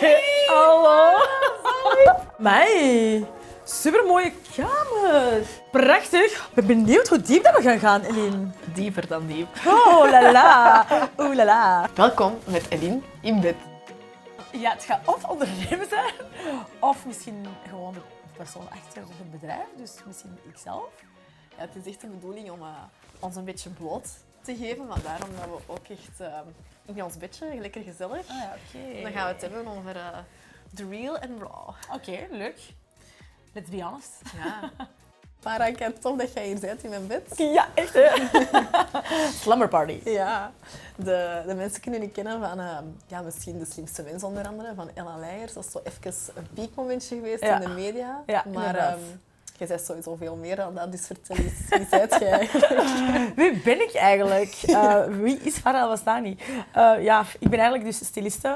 Hallo. Mij. Supermooie kamer. Prachtig. Ik ben benieuwd hoe diep dat we gaan gaan, Eline. Dieper dan diep. Oh la la. Oeh la la. Welkom met Eline in bed. Ja, het gaat of ondernemen zijn, of misschien gewoon de persoon achter het bedrijf. Dus misschien ikzelf. Ja, het is echt de bedoeling om ons een beetje bloot te geven, maar daarom dat we ook echt in ons bedje, lekker gezellig. Ah, ja, oké. Dan gaan we het hebben over the real and raw. Oké, leuk. Let's be honest. Ja. Maar ik vind het tof dat jij hier bent in mijn bed. Ja, echt hè. Slumber party. Ja, de mensen kunnen je kennen van ja, misschien De Slimste Mens onder andere, van Ella Leijers. Dat is zo even een piekmomentje geweest in de media. Ja, maar jij bent sowieso veel meer dan dat, dus vertel eens, wie zijt jij eigenlijk? Wie ben ik eigenlijk? Wie is Farah Al-Wastani? Ja, ik ben eigenlijk dus styliste.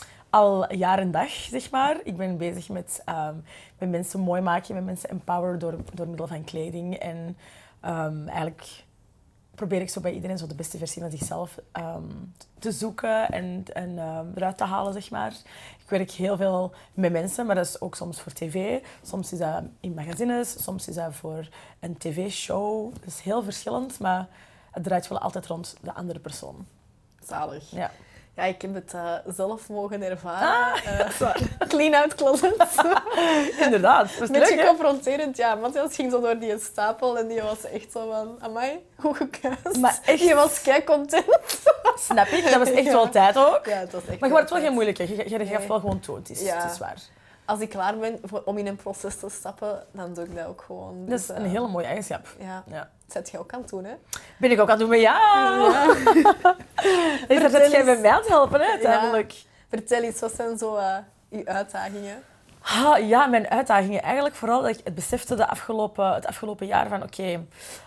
Al jaar en dag, zeg maar. Ik ben bezig met mensen mooi maken, met mensen empoweren door middel van kleding. En eigenlijk probeer ik zo bij iedereen zo de beste versie van zichzelf te zoeken en eruit te halen, zeg maar. Ik werk heel veel met mensen, maar dat is ook soms voor tv. Soms is dat in magazines, soms is dat voor een tv-show. Dat is heel verschillend, maar het draait wel altijd rond de andere persoon. Zalig. Ja. Ja, ik heb het zelf mogen ervaren. Clean out closet. Inderdaad. Dat is Een beetje leuk, hè? confronterend. Ja, Matthias ging zo door die stapel en die was echt zo van... Amai, hoe gekuist. Maar echt- Die was kei content. Snap ik, dat was echt wel tijd ook. Ja, het was echt Maar je wordt wel tijd. geen moeilijke. Je geeft wel gewoon toe. Het is Ja. waar. Als ik klaar ben om in een proces te stappen, dan doe ik dat ook gewoon. Dat is een hele mooie eigenschap. Ja, Ja. dat zet je ook aan het doen, hè? Ben ik ook aan het doen, maar ja. Dus daar zit jij bij mij aan het helpen, hè, uiteindelijk. Vertel eens, wat zijn zo je uitdagingen? Ja, mijn uitdagingen. Eigenlijk vooral dat ik het besefte het afgelopen jaar van oké,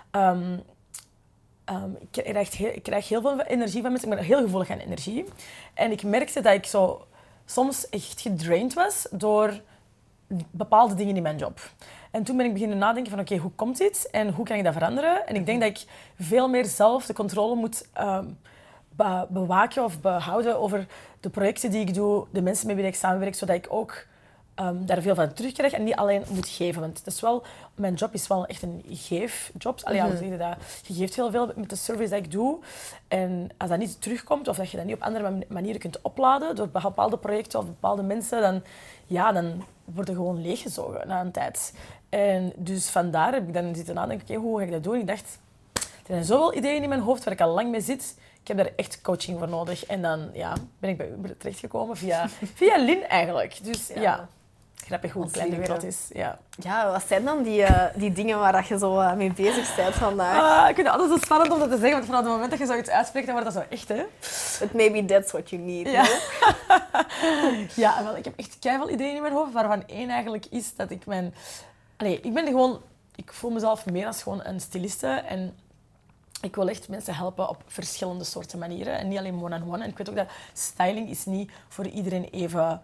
ik krijg heel veel energie van mensen. Ik ben heel gevoelig aan energie. En ik merkte dat ik zo soms echt gedraind was door bepaalde dingen in mijn job. En toen ben ik beginnen nadenken van oké, hoe komt dit en hoe kan ik dat veranderen? En ik denk dat ik veel meer zelf de controle moet bewaken of behouden over de projecten die ik doe, de mensen met wie ik samenwerk, zodat ik ook daar veel van terugkrijg en niet alleen moet geven. Want het is wel, mijn job is wel echt een geefjob. Allee, ja, hoe zeg je dat? Je geeft heel veel met de service die ik doe. En als dat niet terugkomt of dat je dat niet op andere manieren kunt opladen door bepaalde projecten of bepaalde mensen, dan word je gewoon leeggezogen na een tijd. En dus vandaar heb ik dan zitten nadenken, oké, hoe ga ik dat doen? Ik dacht, er zijn zoveel ideeën in mijn hoofd waar ik al lang mee zit. Ik heb daar echt coaching voor nodig. En dan ben ik bij u terechtgekomen via Lin eigenlijk. Dus ja. Grappig hoe klein de wereld is. Ja. Ja, wat zijn dan die dingen waar dat je zo mee bezig bent vandaag? Ik vind het altijd zo spannend om dat te zeggen, want vanaf het moment dat je zoiets uitspreekt, dan wordt dat zo echt, hè? But maybe that's what you need. Ja. No? Ja, wel, ik heb echt keiveel ideeën in mijn hoofd, waarvan één eigenlijk is dat ik mijn... ik voel mezelf meer als gewoon een styliste en ik wil echt mensen helpen op verschillende soorten manieren en niet alleen one-on-one. En ik weet ook dat styling is niet voor iedereen even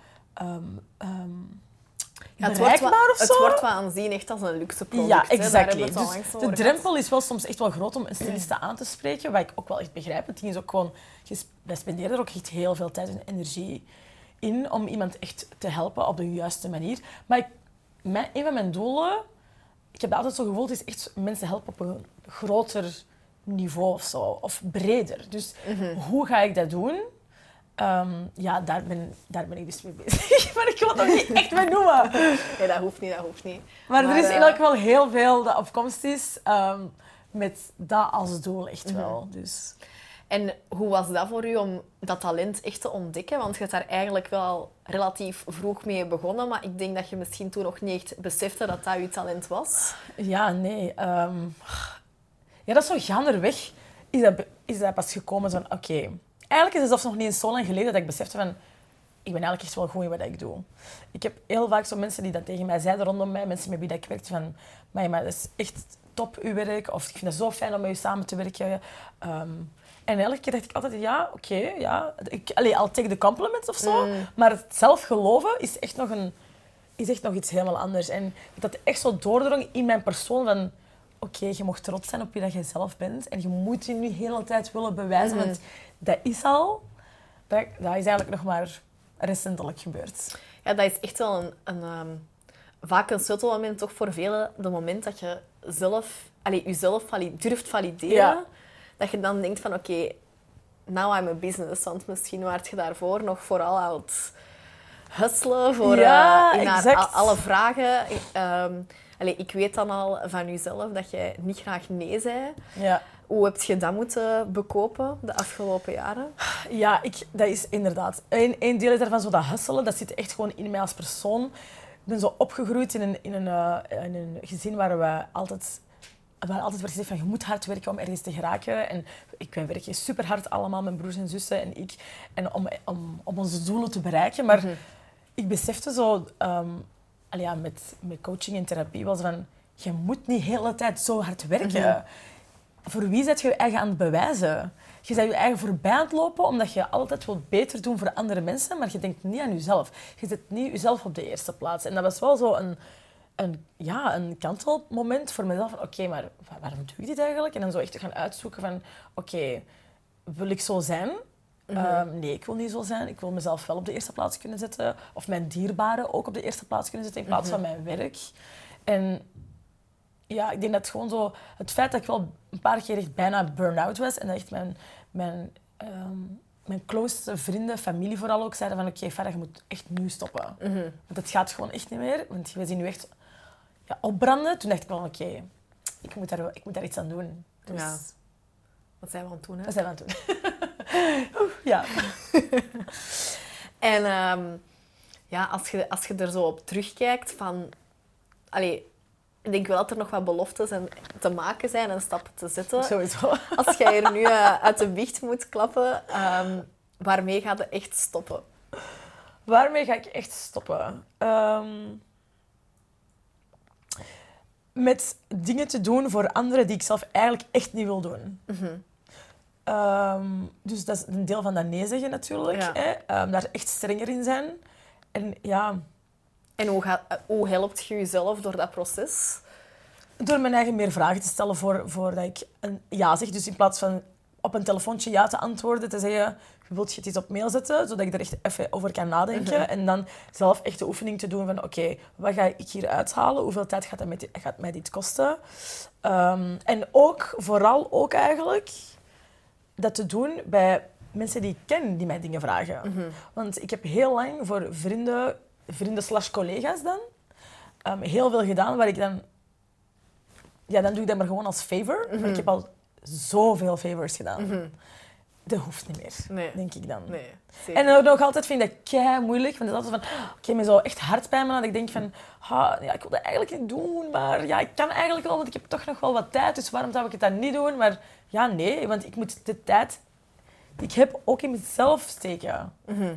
bereikbaar of zo. Het wordt wel aanzien echt als een luxe product. Ja, hè. Daar hebben exactly. we het al Dus langs de over drempel is wel soms echt wel groot om een styliste aan te spreken, wat ik ook wel echt begrijp. Het ding is ook gewoon, wij spenderen er ook echt heel veel tijd en energie in om iemand echt te helpen op de juiste manier. Maar een van mijn doelen, ik heb altijd zo gevoeld, is echt mensen helpen op een groter niveau of zo, of breder. Dus hoe ga ik dat doen? Ja, daar ben ik dus mee bezig. Maar ik wil het nog niet echt mee noemen. Nee, dat hoeft niet. Maar er is in elk geval heel veel dat op komst is met dat als doel echt wel. Dus. En hoe was dat voor u om dat talent echt te ontdekken? Want je hebt daar eigenlijk wel relatief vroeg mee begonnen, maar ik denk dat je misschien toen nog niet echt besefte dat dat je talent was. Ja, nee. Ja, dat is zo gaanderweg is dat pas gekomen van oké. Eigenlijk is het zelfs nog niet eens zo lang geleden dat ik besefte van ik ben eigenlijk echt wel goed in wat ik doe. Ik heb heel vaak zo mensen die dat tegen mij zeiden rondom mij, mensen met wie dat ik werkte van maar dat is echt top uw werk of ik vind het zo fijn om met u samen te werken. En elke keer dacht ik altijd, ja, oké, ja. I'll take the compliments of zo. Maar het zelf geloven is echt nog iets helemaal anders. En dat echt zo doordrong in mijn persoon van oké, je mag trots zijn op wie dat je zelf bent. En je moet je nu de hele tijd willen bewijzen, want dat is al... Dat is eigenlijk nog maar recentelijk gebeurd. Ja, dat is echt wel vaak een sleutelmoment toch voor velen. Het moment dat je jezelf durft valideren. Ja. Dat je dan denkt van oké, now I'm a business. Want misschien waart je daarvoor nog vooral aan het hustelen voor exact. alle vragen. Ik weet dan al van jezelf dat jij niet graag nee zei. Ja. Hoe heb je dat moeten bekopen de afgelopen jaren? Ja, dat is inderdaad. Een deel is daarvan zo dat hustelen. Dat zit echt gewoon in mij als persoon. Ik ben zo opgegroeid in een gezin waar we altijd werd gezegd van je moet hard werken om ergens te geraken. En wij werken super hard allemaal, mijn broers en zussen en ik. En om onze doelen te bereiken. Maar ik besefte zo, met coaching en therapie, was van je moet niet de hele tijd zo hard werken. Voor wie zet je je eigen aan het bewijzen? Je bent je eigen voorbij aan het lopen omdat je altijd wilt beter doen voor andere mensen, maar je denkt niet aan jezelf. Je zet niet jezelf op de eerste plaats. En dat was wel zo een kantelmoment voor mezelf. Van oké, maar waarom doe ik dit eigenlijk? En dan zo echt te gaan uitzoeken van oké, wil ik zo zijn? Nee, ik wil niet zo zijn. Ik wil mezelf wel op de eerste plaats kunnen zetten. Of mijn dierbaren ook op de eerste plaats kunnen zetten in plaats van mijn werk. En ja, ik denk dat gewoon zo... Het feit dat ik wel een paar keer echt bijna burn-out was en dat echt mijn close vrienden, familie vooral ook, zeiden van oké, Farah, je moet echt nu stoppen. Want het gaat gewoon echt niet meer. Want we zien nu echt opbranden. Toen dacht ik wel oké, ik moet daar iets aan doen. Dus... Ja. Wat zijn we aan het doen, hè? Dat zijn we aan het doen. Ja. En als je er zo op terugkijkt van... Ik denk wel dat er nog wat beloftes te maken zijn en stappen te zetten. Sowieso. Als jij er nu uit de biecht moet klappen, waarmee ga je echt stoppen? Waarmee ga ik echt stoppen? Met dingen te doen voor anderen die ik zelf eigenlijk echt niet wil doen. Dus dat is een deel van dat nee zeggen natuurlijk. Ja. Hè? Daar echt strenger in zijn. En ja... En hoe helpt je jezelf door dat proces? Door mijn eigen meer vragen te stellen voordat ik een ja zeg. Dus in plaats van op een telefoontje ja te antwoorden, te zeggen, wilt je het eens op mail zetten, zodat ik er echt even over kan nadenken. En dan zelf echt de oefening te doen van oké, wat ga ik hier uithalen? Hoeveel tijd gaat mij dit kosten? En vooral ook eigenlijk, dat te doen bij mensen die ik ken, die mij dingen vragen. Want ik heb heel lang voor vrienden/collega's dan, heel veel gedaan waar ik dan... Ja, dan doe ik dat maar gewoon als favor. Maar ik heb al zoveel favors gedaan. Dat hoeft niet meer, denk ik dan. Nee, en nog altijd vind ik dat kei moeilijk. Want het is altijd van, ik heb me zo echt hard bij me dat ik denk van, ik wil dat eigenlijk niet doen, maar ja, ik kan eigenlijk wel, want ik heb toch nog wel wat tijd, dus waarom zou ik het dan niet doen? Maar ja, nee, want ik moet de tijd die ik heb ook in mezelf steken.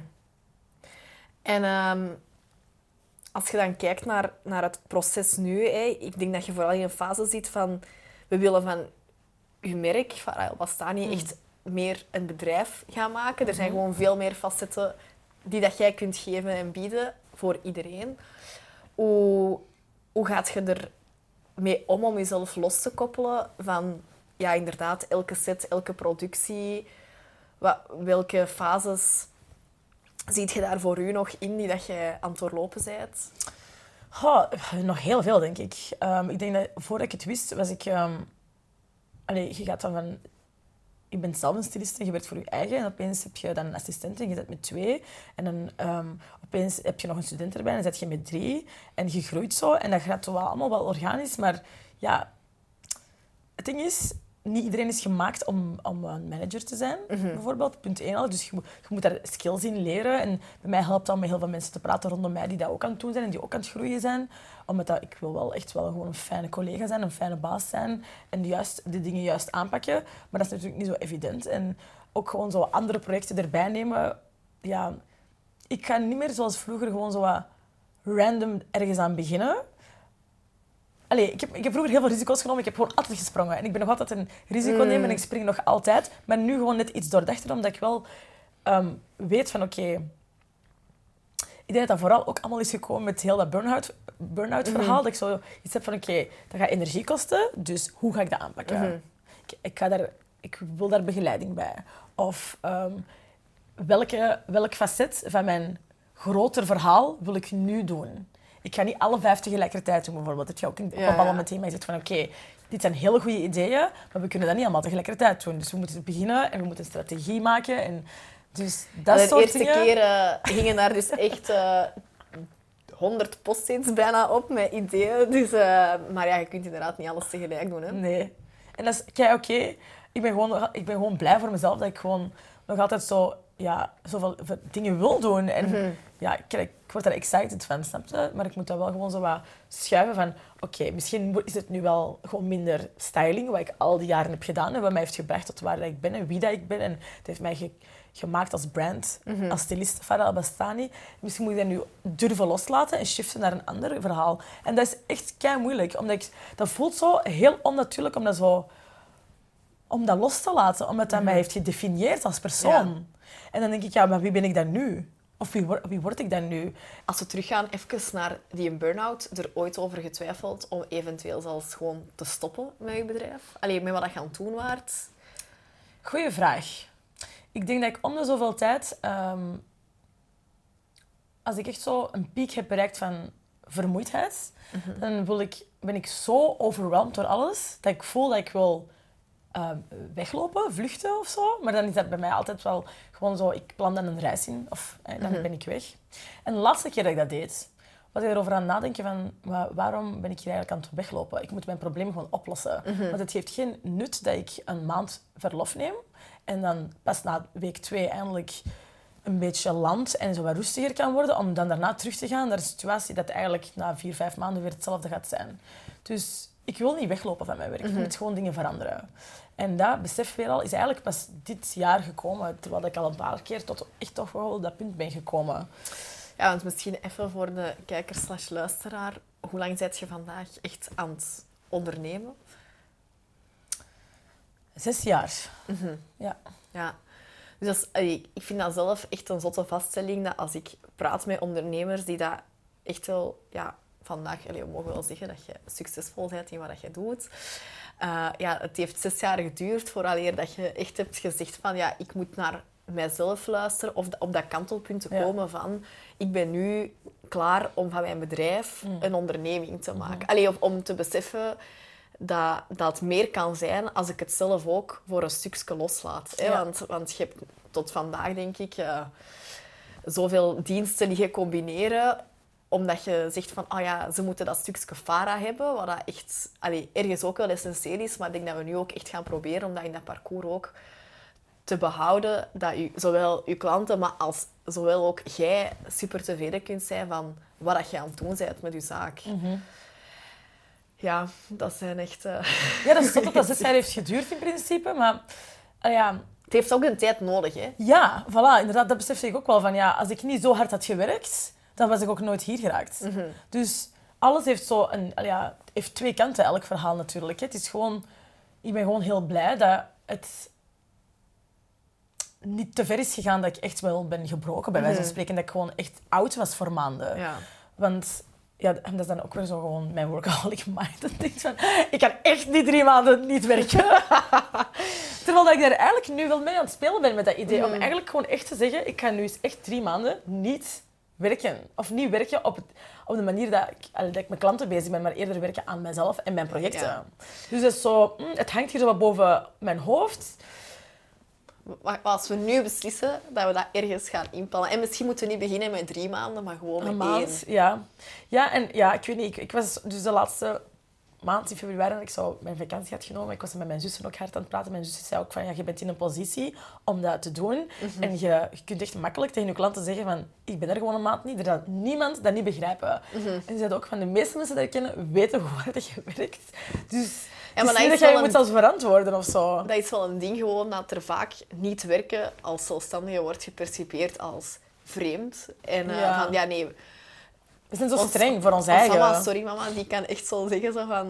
En als je dan kijkt naar het proces nu, ik denk dat je vooral in een fase zit van, we willen van je merk, Farah El Bastani, echt meer een bedrijf gaan maken. Er zijn gewoon veel meer facetten die dat jij kunt geven en bieden voor iedereen. Hoe gaat je er mee om jezelf los te koppelen van, ja, inderdaad, elke set, elke productie, welke fases ziet je daar voor u nog in die dat jij aan het doorlopen bent? Nog heel veel, denk ik. Ik denk dat voordat ik het wist, was ik... je gaat dan van... Je bent zelf een stylist en je werkt voor je eigen. En opeens heb je dan een assistent en je zit met 2. En dan opeens heb je nog een student erbij en dan zit je met 3. En je groeit zo. En dat gaat wel allemaal wel organisch. Maar ja... Het ding is... Niet iedereen is gemaakt om een manager te zijn, bijvoorbeeld. Punt 1 al. Dus je moet daar skills in leren. En bij mij helpt dat om met heel veel mensen te praten rondom mij die dat ook aan het doen zijn en die ook aan het groeien zijn. Omdat ik wil wel echt wel gewoon een fijne collega zijn, een fijne baas zijn en de dingen juist aanpakken. Maar dat is natuurlijk niet zo evident. En ook gewoon zo andere projecten erbij nemen. Ja, ik ga niet meer zoals vroeger gewoon zo wat random ergens aan beginnen. Ik heb vroeger heel veel risico's genomen. Ik heb gewoon altijd gesprongen. En ik ben nog altijd een risiconemer en ik spring nog altijd. Maar nu gewoon net iets doordachter, omdat ik wel weet van oké... Ik denk dat dat vooral ook allemaal is gekomen met heel dat burn-out verhaal. Dat ik zo iets heb van oké, dat gaat energie kosten. Dus hoe ga ik dat aanpakken? Ik wil daar begeleiding bij. Of welk facet van mijn groter verhaal wil ik nu doen. Ik ga niet alle 5 tegelijkertijd doen, bijvoorbeeld. Dat je ook op een moment in mij zegt van oké, dit zijn hele goede ideeën, maar we kunnen dat niet allemaal tegelijkertijd doen. Dus we moeten beginnen en we moeten een strategie maken. En dus dat soort dingen. De eerste keer gingen daar dus echt 100 post-its bijna op met ideeën. Dus, maar ja, je kunt inderdaad niet alles tegelijk doen. Hè? Nee. En dat is kei oké. Ik ben gewoon blij voor mezelf dat ik gewoon nog altijd zoveel dingen wil doen. En ik word daar excited van, snap je? Maar ik moet dat wel gewoon zo wat schuiven van... Oké, misschien is het nu wel gewoon minder styling, wat ik al die jaren heb gedaan en wat mij heeft gebracht tot waar ik ben en wie dat ik ben. En het heeft mij gemaakt als brand, als styliste, Farah El Bastani. Misschien moet ik dat nu durven loslaten en shiften naar een ander verhaal. En dat is echt kei moeilijk, omdat dat voelt zo heel onnatuurlijk om dat los te laten, omdat dat mij heeft gedefinieerd als persoon. Ja. En dan denk ik, ja, maar wie ben ik dan nu? Of wie word ik dan nu? Als we teruggaan even naar die burn-out, er ooit over getwijfeld om eventueel zelfs gewoon te stoppen met je bedrijf? Allee, met wat je aan het doen waart? Goeie vraag. Ik denk dat ik om de zoveel tijd, als ik echt zo een piek heb bereikt van vermoeidheid, dan ben ik zo overweldigd door alles, dat ik voel dat ik wil weglopen, vluchten of zo. Maar dan is dat bij mij altijd wel gewoon zo, ik plan dan een reis in of dan ben ik weg. En de laatste keer dat ik dat deed, was ik erover aan het nadenken van waarom ben ik hier eigenlijk aan het weglopen? Ik moet mijn probleem gewoon oplossen. Want het heeft geen nut dat ik een maand verlof neem en dan pas na week 2 eindelijk een beetje land en zo wat rustiger kan worden, om dan daarna terug te gaan naar een situatie dat eigenlijk na 4, 5 maanden weer hetzelfde gaat zijn. Dus ik wil niet weglopen van mijn werk. Ik moet gewoon dingen veranderen. En dat besef weer al is eigenlijk pas dit jaar gekomen, terwijl ik al een paar keer tot echt toch wel op dat punt ben gekomen. Ja, want misschien even voor de kijker/luisteraar. Hoe lang ben je vandaag echt aan het ondernemen? 6 jaar. Ja. Dus ik vind dat zelf echt een zotte vaststelling, dat als ik praat met ondernemers die dat echt wel... Ja, vandaag, we mogen wel zeggen dat je succesvol bent in wat je doet. Het heeft 6 jaar geduurd vooraleer dat je echt hebt gezegd van ja, ik moet naar mijzelf luisteren of op dat kantelpunt te komen van ik ben nu klaar om van mijn bedrijf een onderneming te maken. Of om te beseffen dat het meer kan zijn als ik het zelf ook voor een stukje loslaat. Hè? Ja. Want je hebt tot vandaag, denk ik, zoveel diensten die je combineren, omdat je zegt van, ze moeten dat stukje Farah hebben, wat dat echt ergens ook wel essentieel is. Maar ik denk dat we nu ook echt gaan proberen om dat in dat parcours ook te behouden. Dat zowel je klanten, maar als zowel ook jij super tevreden kunt zijn van wat dat je aan het doen bent met je zaak. Ja, dat zijn echt... Ja, dat is tot dat 6 jaar heeft geduurd in principe, maar... Het heeft ook een tijd nodig, hè? Ja, voilà, inderdaad, dat besef ik ook wel van, als ik niet zo hard had gewerkt, dan was ik ook nooit hier geraakt. Dus alles heeft heeft 2 kanten, elk verhaal natuurlijk. Het is gewoon... Ik ben gewoon heel blij dat het niet te ver is gegaan dat ik echt wel ben gebroken, bij wijze van spreken. Dat ik gewoon echt oud was voor maanden. Ja. Want... Ja, en dat is dan ook weer zo gewoon mijn workaholic mind. Dat denkt van, ik kan echt niet 3 maanden niet werken. Terwijl dat ik daar eigenlijk nu wel mee aan het spelen ben met dat idee. Om eigenlijk gewoon echt te zeggen, ik ga nu eens echt 3 maanden niet werken. Of niet werken op de manier dat ik met klanten bezig ben, maar eerder werken aan mezelf en mijn projecten. Ja. Dus het is zo, het hangt hier zo wat boven mijn hoofd. Als we nu beslissen dat we dat ergens gaan inplannen. En misschien moeten we niet beginnen met 3 maanden, maar gewoon met 1. Ja. Ja, en ik weet niet. Ik was dus de laatste maand in februari dat ik zo mijn vakantie had genomen. Ik was met mijn zussen ook hard aan het praten. Mijn zus zei ook van, je bent in een positie om dat te doen. En je kunt echt makkelijk tegen je klanten zeggen van, ik ben er gewoon een maand niet. Er gaat niemand dat niet begrijpen. En ze zei ook van, de meeste mensen die ik ken weten hoe hard je werkt. Dus... Ja, maar dat je moet zelfs verantwoorden of zo. Dat is wel een ding gewoon, dat er vaak niet werken als zelfstandige wordt gepercipieerd als vreemd. En nee... We zijn zo streng voor ons eigen. Mama, sorry mama, die kan echt zo zeggen zo van...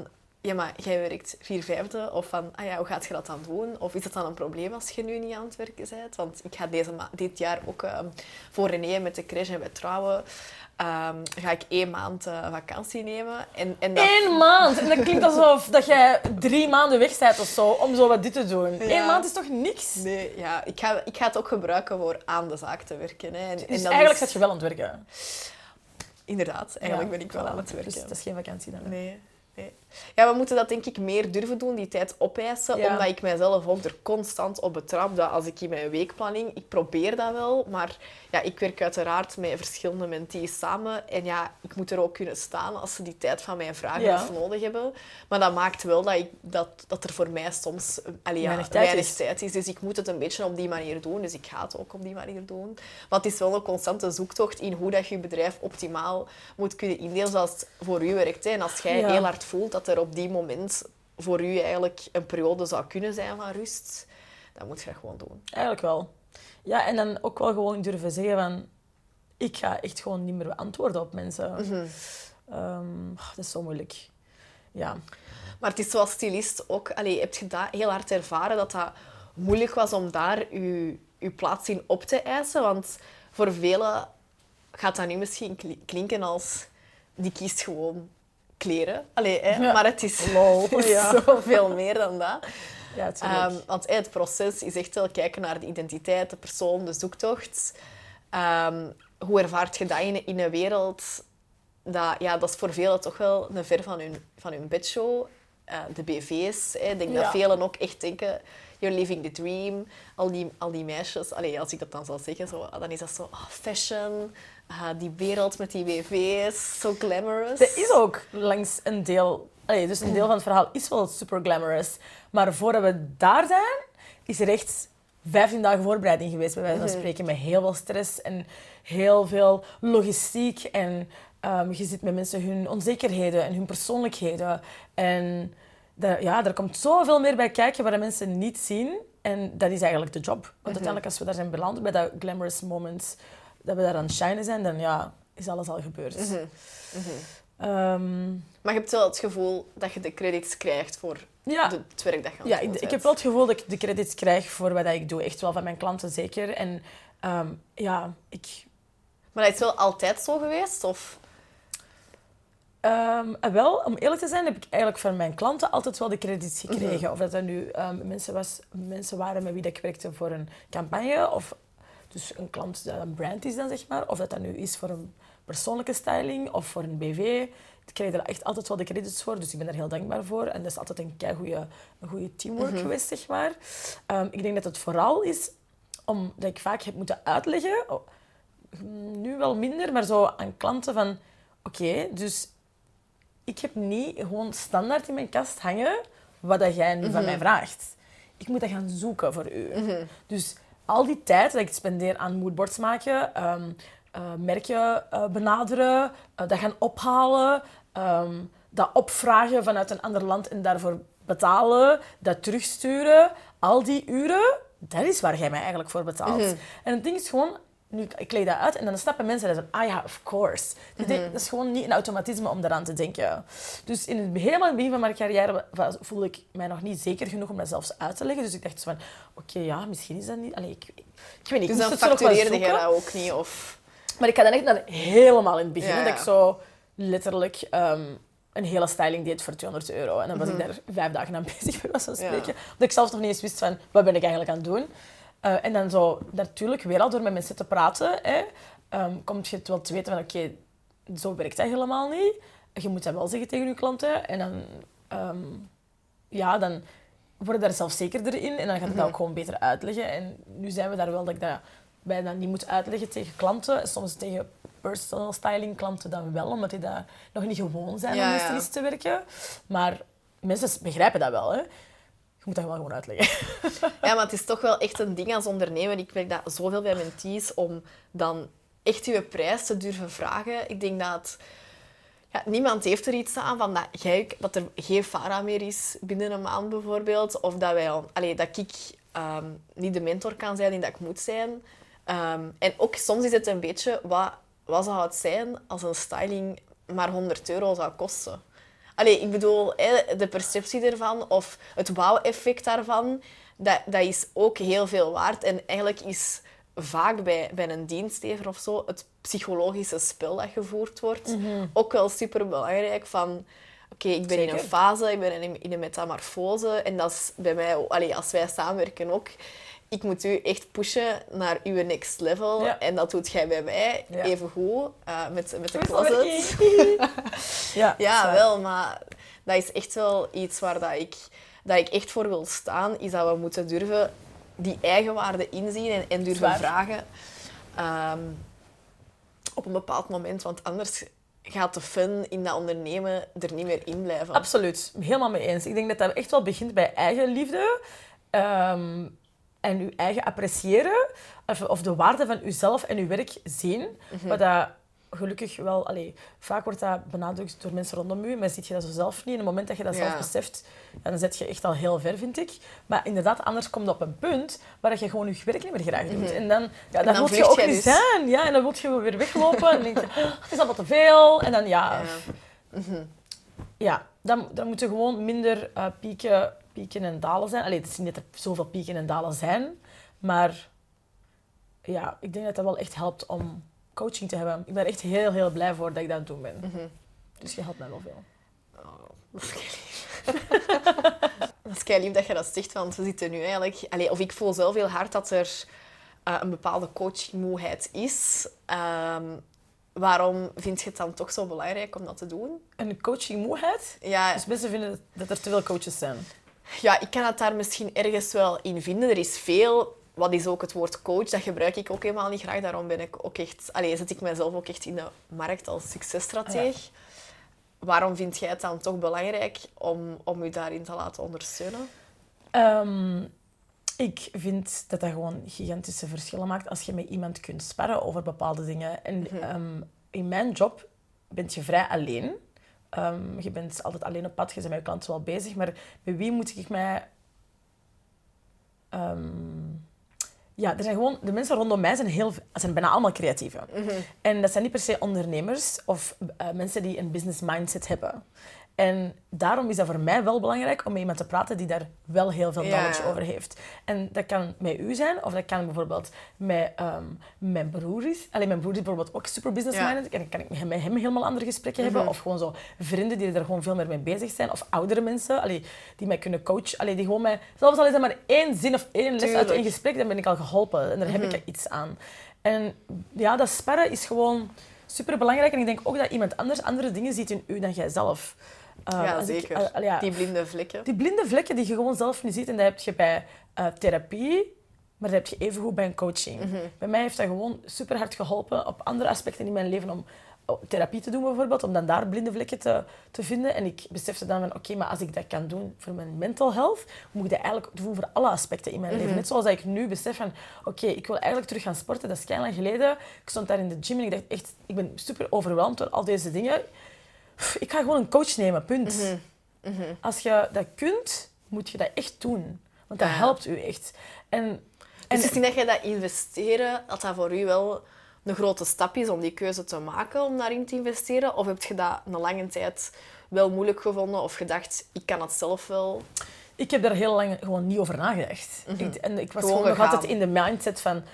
ja, maar jij werkt 4/5, of van, hoe gaat je dat dan doen? Of is dat dan een probleem als je nu niet aan het werken bent? Want ik ga dit jaar ook voor René met de crash en bij trouwen, ga ik 1 maand vakantie nemen. En dat... 1 maand? En dat klinkt alsof dat jij 3 maanden weg bent of zo, om zo wat dit te doen. 1 maand is toch niks? Nee, ja, ik ga het ook gebruiken voor aan de zaak te werken. Hè. Dus eigenlijk zit je wel aan het werken? Inderdaad, eigenlijk ben ik wel aan het werken. Dus dat is geen vakantie dan? Nee. Ja, we moeten dat denk ik meer durven doen, die tijd opeisen, omdat ik mijzelf ook er constant op betrap dat als ik in mijn weekplanning, ik probeer dat wel, maar ja, ik werk uiteraard met verschillende mentees samen en ja, ik moet er ook kunnen staan als ze die tijd van mij vragen of nodig hebben. Maar dat maakt wel dat er voor mij soms weinig tijd is. Dus ik moet het een beetje op die manier doen, dus ik ga het ook op die manier doen. Maar het is wel een constante zoektocht in hoe dat je bedrijf optimaal moet kunnen indelen zoals het voor u werkt. Hè. En als jij heel hard voelt dat er op die moment voor u eigenlijk een periode zou kunnen zijn van rust, dan moet je dat gewoon doen. Eigenlijk wel. Ja, en dan ook wel gewoon durven zeggen van... Ik ga echt gewoon niet meer antwoorden op mensen. Dat is zo moeilijk. Ja. Maar het is zoals stylist ook... heb je dat heel hard ervaren, dat moeilijk was om daar je plaats in op te eisen? Want voor velen gaat dat nu misschien klinken als... Die kiest gewoon kleren. Maar het is zoveel meer dan dat. Ja, want het proces is echt wel kijken naar de identiteit, de persoon, de zoektocht. Hoe ervaart je dat in een wereld? Dat is voor velen toch wel een ver van hun bedshow. De BV's. Ik denk dat velen ook echt denken... You're living the dream. Al die meisjes... als ik dat dan zou zeggen, dan is dat zo... fashion... die wereld met die BV's, zo glamorous. Dat is ook langs een deel... dus een deel van het verhaal is wel super glamorous. Maar voordat we daar zijn, is er echt 15 dagen voorbereiding geweest, bij wijze van spreken. Met heel veel stress en heel veel logistiek. En je zit met mensen hun onzekerheden en hun persoonlijkheden. En er komt zoveel meer bij kijken waar de mensen niet zien. En dat is eigenlijk de job. Want uiteindelijk, als we daar zijn beland, bij dat glamorous moment... dat we daar aan het shinen zijn, dan is alles al gebeurd. Maar je hebt wel het gevoel dat je de credits krijgt voor het werk dat je aan het doen bent. Ik heb wel het gevoel dat ik de credits krijg voor wat ik doe. Echt wel van mijn klanten, zeker. En ik... Maar dat is wel altijd zo geweest? Of... Wel, om eerlijk te zijn, heb ik eigenlijk van mijn klanten altijd wel de credits gekregen. Of dat nu mensen waren met wie ik werkte voor een campagne, of dus een klant dat een brand is dan, zeg maar. Of dat nu is voor een persoonlijke styling of voor een BV. Ik krijg er echt altijd wel de credits voor, dus ik ben daar heel dankbaar voor. En dat is altijd een goede teamwork geweest, zeg maar. Ik denk dat het vooral is omdat ik vaak heb moeten uitleggen, nu wel minder, maar zo aan klanten van... Oké, dus ik heb niet gewoon standaard in mijn kast hangen wat dat jij nu van mij vraagt. Ik moet dat gaan zoeken voor u. Dus al die tijd dat ik spendeer aan moodboards maken, merken benaderen, dat gaan ophalen, dat opvragen vanuit een ander land en daarvoor betalen, dat terugsturen, al die uren, dat is waar jij mij eigenlijk voor betaalt. En het ding is gewoon, nu, ik leg dat uit en dan snappen mensen dat ze of course. Dat is gewoon niet een automatisme om daaraan te denken. Dus helemaal in het begin van mijn carrière voelde ik mij nog niet zeker genoeg om dat zelfs uit te leggen. Dus ik dacht van, misschien is dat niet... Ik weet niet, dus dan factureerde je dat ook niet? Of... Maar ik ga dan echt helemaal in het begin. Dat ik zo letterlijk een hele styling deed voor €200. En dan was ik daar 5 dagen aan bezig, bij wijze van spreken. Omdat ik zelf nog niet eens wist van, wat ben ik eigenlijk aan het doen? En dan zo, natuurlijk, weer al door met mensen te praten, kom je het wel te weten van, oké, zo werkt dat helemaal niet. Je moet dat wel zeggen tegen je klanten. En dan word je daar zelfzekerder in. En dan gaat het dat ook gewoon beter uitleggen. En nu zijn we daar wel dat ik dat bijna niet moet uitleggen tegen klanten. Soms tegen personal styling klanten dan wel, omdat die dat nog niet gewoon zijn om met stylisten te werken. Maar mensen begrijpen dat wel, hè. Je moet dat wel gewoon uitleggen. Ja, maar het is toch wel echt een ding als ondernemer. Ik merk dat zoveel bij mentees om dan echt je prijs te durven vragen. Ik denk dat niemand heeft er iets aan van dat er geen Farah meer is binnen een maand bijvoorbeeld. Of dat dat ik niet de mentor kan zijn die dat ik moet zijn. En ook soms is het een beetje, wat zou het zijn als een styling maar €100 zou kosten? Allee, ik bedoel, de perceptie ervan of het wauw-effect daarvan, dat is ook heel veel waard. En eigenlijk is vaak bij een dienstlever of zo het psychologische spel dat gevoerd wordt ook wel superbelangrijk. Van, oké, ik ben in een fase, ik ben in een metamorfose. En dat is bij mij, als wij samenwerken ook, ik moet u echt pushen naar uw next level. Ja. En dat doet jij bij mij even goed met de closet. Ja, wel, maar dat is echt wel iets waar dat ik echt voor wil staan, is dat we moeten durven die eigenwaarde inzien en durven vragen op een bepaald moment. Want anders gaat de fun in dat ondernemen er niet meer in blijven. Absoluut, helemaal mee eens. Ik denk dat dat echt wel begint bij eigenliefde. En je eigen appreciëren. Of de waarde van jezelf en je werk zien. Wat dat gelukkig wel... vaak wordt dat benadrukt door mensen rondom je, maar zie je dat zo zelf niet. En op het moment dat je dat zelf beseft, dan zet je echt al heel ver, vind ik. Maar inderdaad, anders komt het op een punt waar je gewoon je werk niet meer graag doet. En dan wil je ook niet zijn. Ja, en dan wil je weer weglopen. En dan denk je, het is allemaal te veel. En dan, dan moeten gewoon minder pieken en dalen zijn. Het is niet dat er zoveel pieken en dalen zijn, maar ja, ik denk dat dat wel echt helpt om coaching te hebben. Ik ben er echt heel, heel blij voor dat ik dat aan het doen ben. Dus je helpt mij wel veel. Oh, dat is keilief. Dat is keilief dat je dat zegt, want we zitten nu eigenlijk... of ik voel zelf heel hard dat er een bepaalde coachmoeheid is. Waarom vind je het dan toch zo belangrijk om dat te doen? Een coachingmoeheid? Ja. Dus mensen vinden dat er te veel coaches zijn? Ja, ik kan het daar misschien ergens wel in vinden. Er is veel... Wat is ook het woord coach? Dat gebruik ik ook helemaal niet graag. Daarom ben ik ook echt... zet ik mezelf ook echt in de markt als successtrateeg. Ja. Waarom vind jij het dan toch belangrijk om je daarin te laten ondersteunen? Ik vind dat gewoon gigantische verschillen maakt als je met iemand kunt sparren over bepaalde dingen. En in mijn job ben je vrij alleen. Je bent altijd alleen op pad, je bent met je klanten wel bezig. Maar met wie moet ik mij... er zijn gewoon... De mensen rondom mij zijn bijna allemaal creatieven. En dat zijn niet per se ondernemers of mensen die een business mindset hebben. En daarom is dat voor mij wel belangrijk om met iemand te praten die daar wel heel veel knowledge over heeft. En dat kan met u zijn, of dat kan bijvoorbeeld met mijn broer is. Mijn broer is bijvoorbeeld ook super business-minded. En dan kan ik met hem helemaal andere gesprekken hebben. Of gewoon zo vrienden die er gewoon veel meer mee bezig zijn. Of oudere mensen die mij kunnen coachen. Die gewoon mij... Zelfs al is dat maar één zin of één les uit één gesprek, dan ben ik al geholpen. En daar heb ik iets aan. En ja, dat sparren is gewoon super belangrijk. En ik denk ook dat iemand anders andere dingen ziet in u dan jijzelf. Ja, zeker. Die blinde vlekken. Die blinde vlekken die je gewoon zelf niet ziet. En dat heb je bij therapie, maar dat heb je evengoed bij een coaching. Bij mij heeft dat gewoon super hard geholpen op andere aspecten in mijn leven om therapie te doen bijvoorbeeld, om dan daar blinde vlekken te vinden. En ik besefte dan van, oké, maar als ik dat kan doen voor mijn mental health, moet ik dat eigenlijk doen voor alle aspecten in mijn leven. Net zoals dat ik nu besef van, oké, ik wil eigenlijk terug gaan sporten. Dat is lang geleden. Ik stond daar in de gym en ik dacht echt, ik ben super overweldigd door al deze dingen. Ik ga gewoon een coach nemen, punt. Als je dat kunt, moet je dat echt doen. Want dat helpt u echt. Dus ik denk dat je dat investeren, dat voor u wel een grote stap is om die keuze te maken om daarin te investeren? Of heb je dat een lange tijd wel moeilijk gevonden of gedacht, ik kan het zelf wel? Ik heb daar heel lang gewoon niet over nagedacht. Ik was gewoon nog altijd in de mindset van...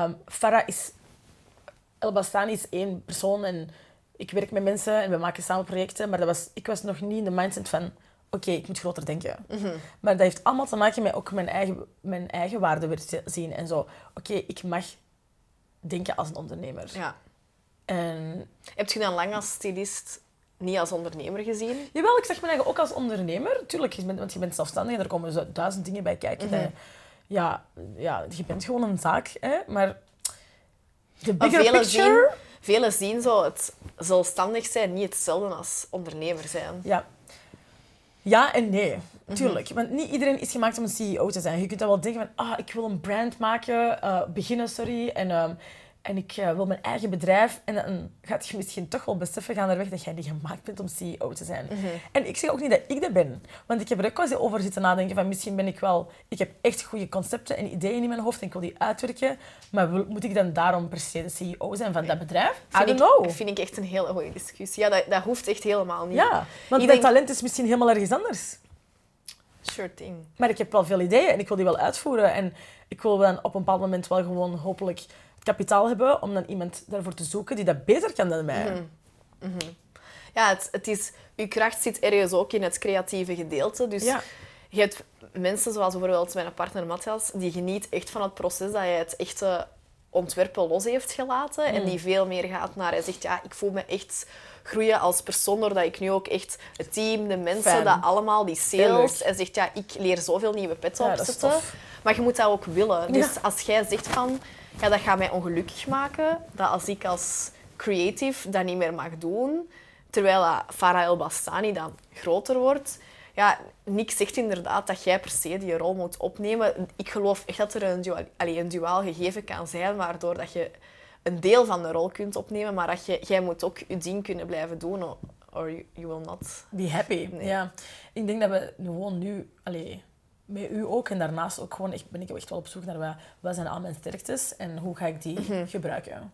El Bastani is één persoon en ik werk met mensen en we maken samen projecten. Maar ik was nog niet in de mindset van... Oké, ik moet groter denken. Maar dat heeft allemaal te maken met ook mijn eigen waarde weer te zien. En zo, oké, ik mag denken als een ondernemer. Ja. En... Heb je dan lang als stylist niet als ondernemer gezien? Jawel, ik zag me eigenlijk ook als ondernemer. Tuurlijk, want je bent zelfstandig en er komen zo 1000 dingen bij kijken. Je bent gewoon een zaak. Hè? Maar de bigger picture... Velen zien zo het zelfstandig zijn niet hetzelfde als ondernemer zijn. Ja en nee, tuurlijk. Want niet iedereen is gemaakt om een CEO te zijn. Je kunt dan wel denken van, ik wil een brand maken, beginnen, sorry. en ik wil mijn eigen bedrijf. En dan gaat je misschien toch wel beseffen gaandeweg dat jij niet gemaakt bent om CEO te zijn. En ik zeg ook niet dat ik dat ben. Want ik heb er ook wel eens over zitten nadenken van misschien ben ik wel... Ik heb echt goede concepten en ideeën in mijn hoofd en ik wil die uitwerken. Maar moet ik dan daarom per se de CEO zijn van dat bedrijf? I don't know. Vind ik echt een hele goede discussie. Ja, dat hoeft echt helemaal niet. Ja, want mijn talent is misschien helemaal ergens anders. Sure thing. Maar ik heb wel veel ideeën en ik wil die wel uitvoeren. En ik wil dan op een bepaald moment wel gewoon hopelijk het kapitaal hebben om dan iemand daarvoor te zoeken die dat beter kan dan mij. Ja, het is... Uw kracht zit ergens ook in het creatieve gedeelte. Dus je hebt mensen zoals bijvoorbeeld mijn partner Matthias, die geniet echt van het proces dat hij het echte ontwerpen los heeft gelaten. En die veel meer gaat naar... Hij zegt, ja, ik voel me echt groeien als persoon, doordat ik nu ook echt het team, de mensen, dat allemaal, die sales... Hij zegt, ja, ik leer zoveel nieuwe petten opzetten. Maar je moet dat ook willen. Dus als jij zegt van, ja, dat gaat mij ongelukkig maken, dat als ik als creative dat niet meer mag doen, terwijl Farah El Bastani dan groter wordt... Ja, niks zegt inderdaad dat jij per se die rol moet opnemen. Ik geloof echt dat er een duaal gegeven kan zijn, waardoor dat je een deel van de rol kunt opnemen, maar dat jij moet ook je ding kunnen blijven doen, or you will not... Be happy. Nee. Ja. Ik denk dat we gewoon nu... met u ook en daarnaast ook gewoon ben ik echt wel op zoek naar wat zijn al mijn sterktes en hoe ga ik die gebruiken.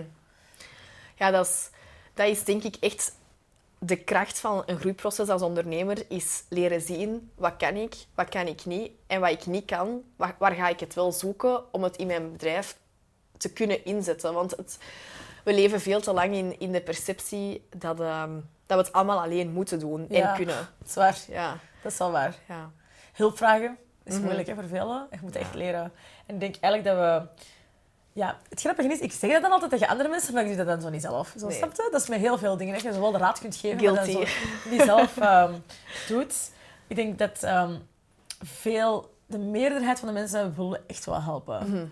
Ja, dat is denk ik echt... De kracht van een groeiproces als ondernemer is leren zien wat kan ik niet en wat ik niet kan, waar ga ik het wel zoeken om het in mijn bedrijf te kunnen inzetten. Want we leven veel te lang in de perceptie dat we het allemaal alleen moeten doen en kunnen. Dat is waar. Ja. Dat is wel waar. Ja. Hulp vragen is moeilijk hè, voor velen. Je moet echt leren. En ik denk eigenlijk dat we... Ja, het grappige is, ik zeg dat dan altijd tegen andere mensen, maar ik doe dat dan zo niet zelf. Zo, snap je? Dat is met heel veel dingen. Dat je zowel de raad kunt geven, Guilty. maar dan zo die zelf doet. Ik denk dat de meerderheid van de mensen willen echt wel helpen.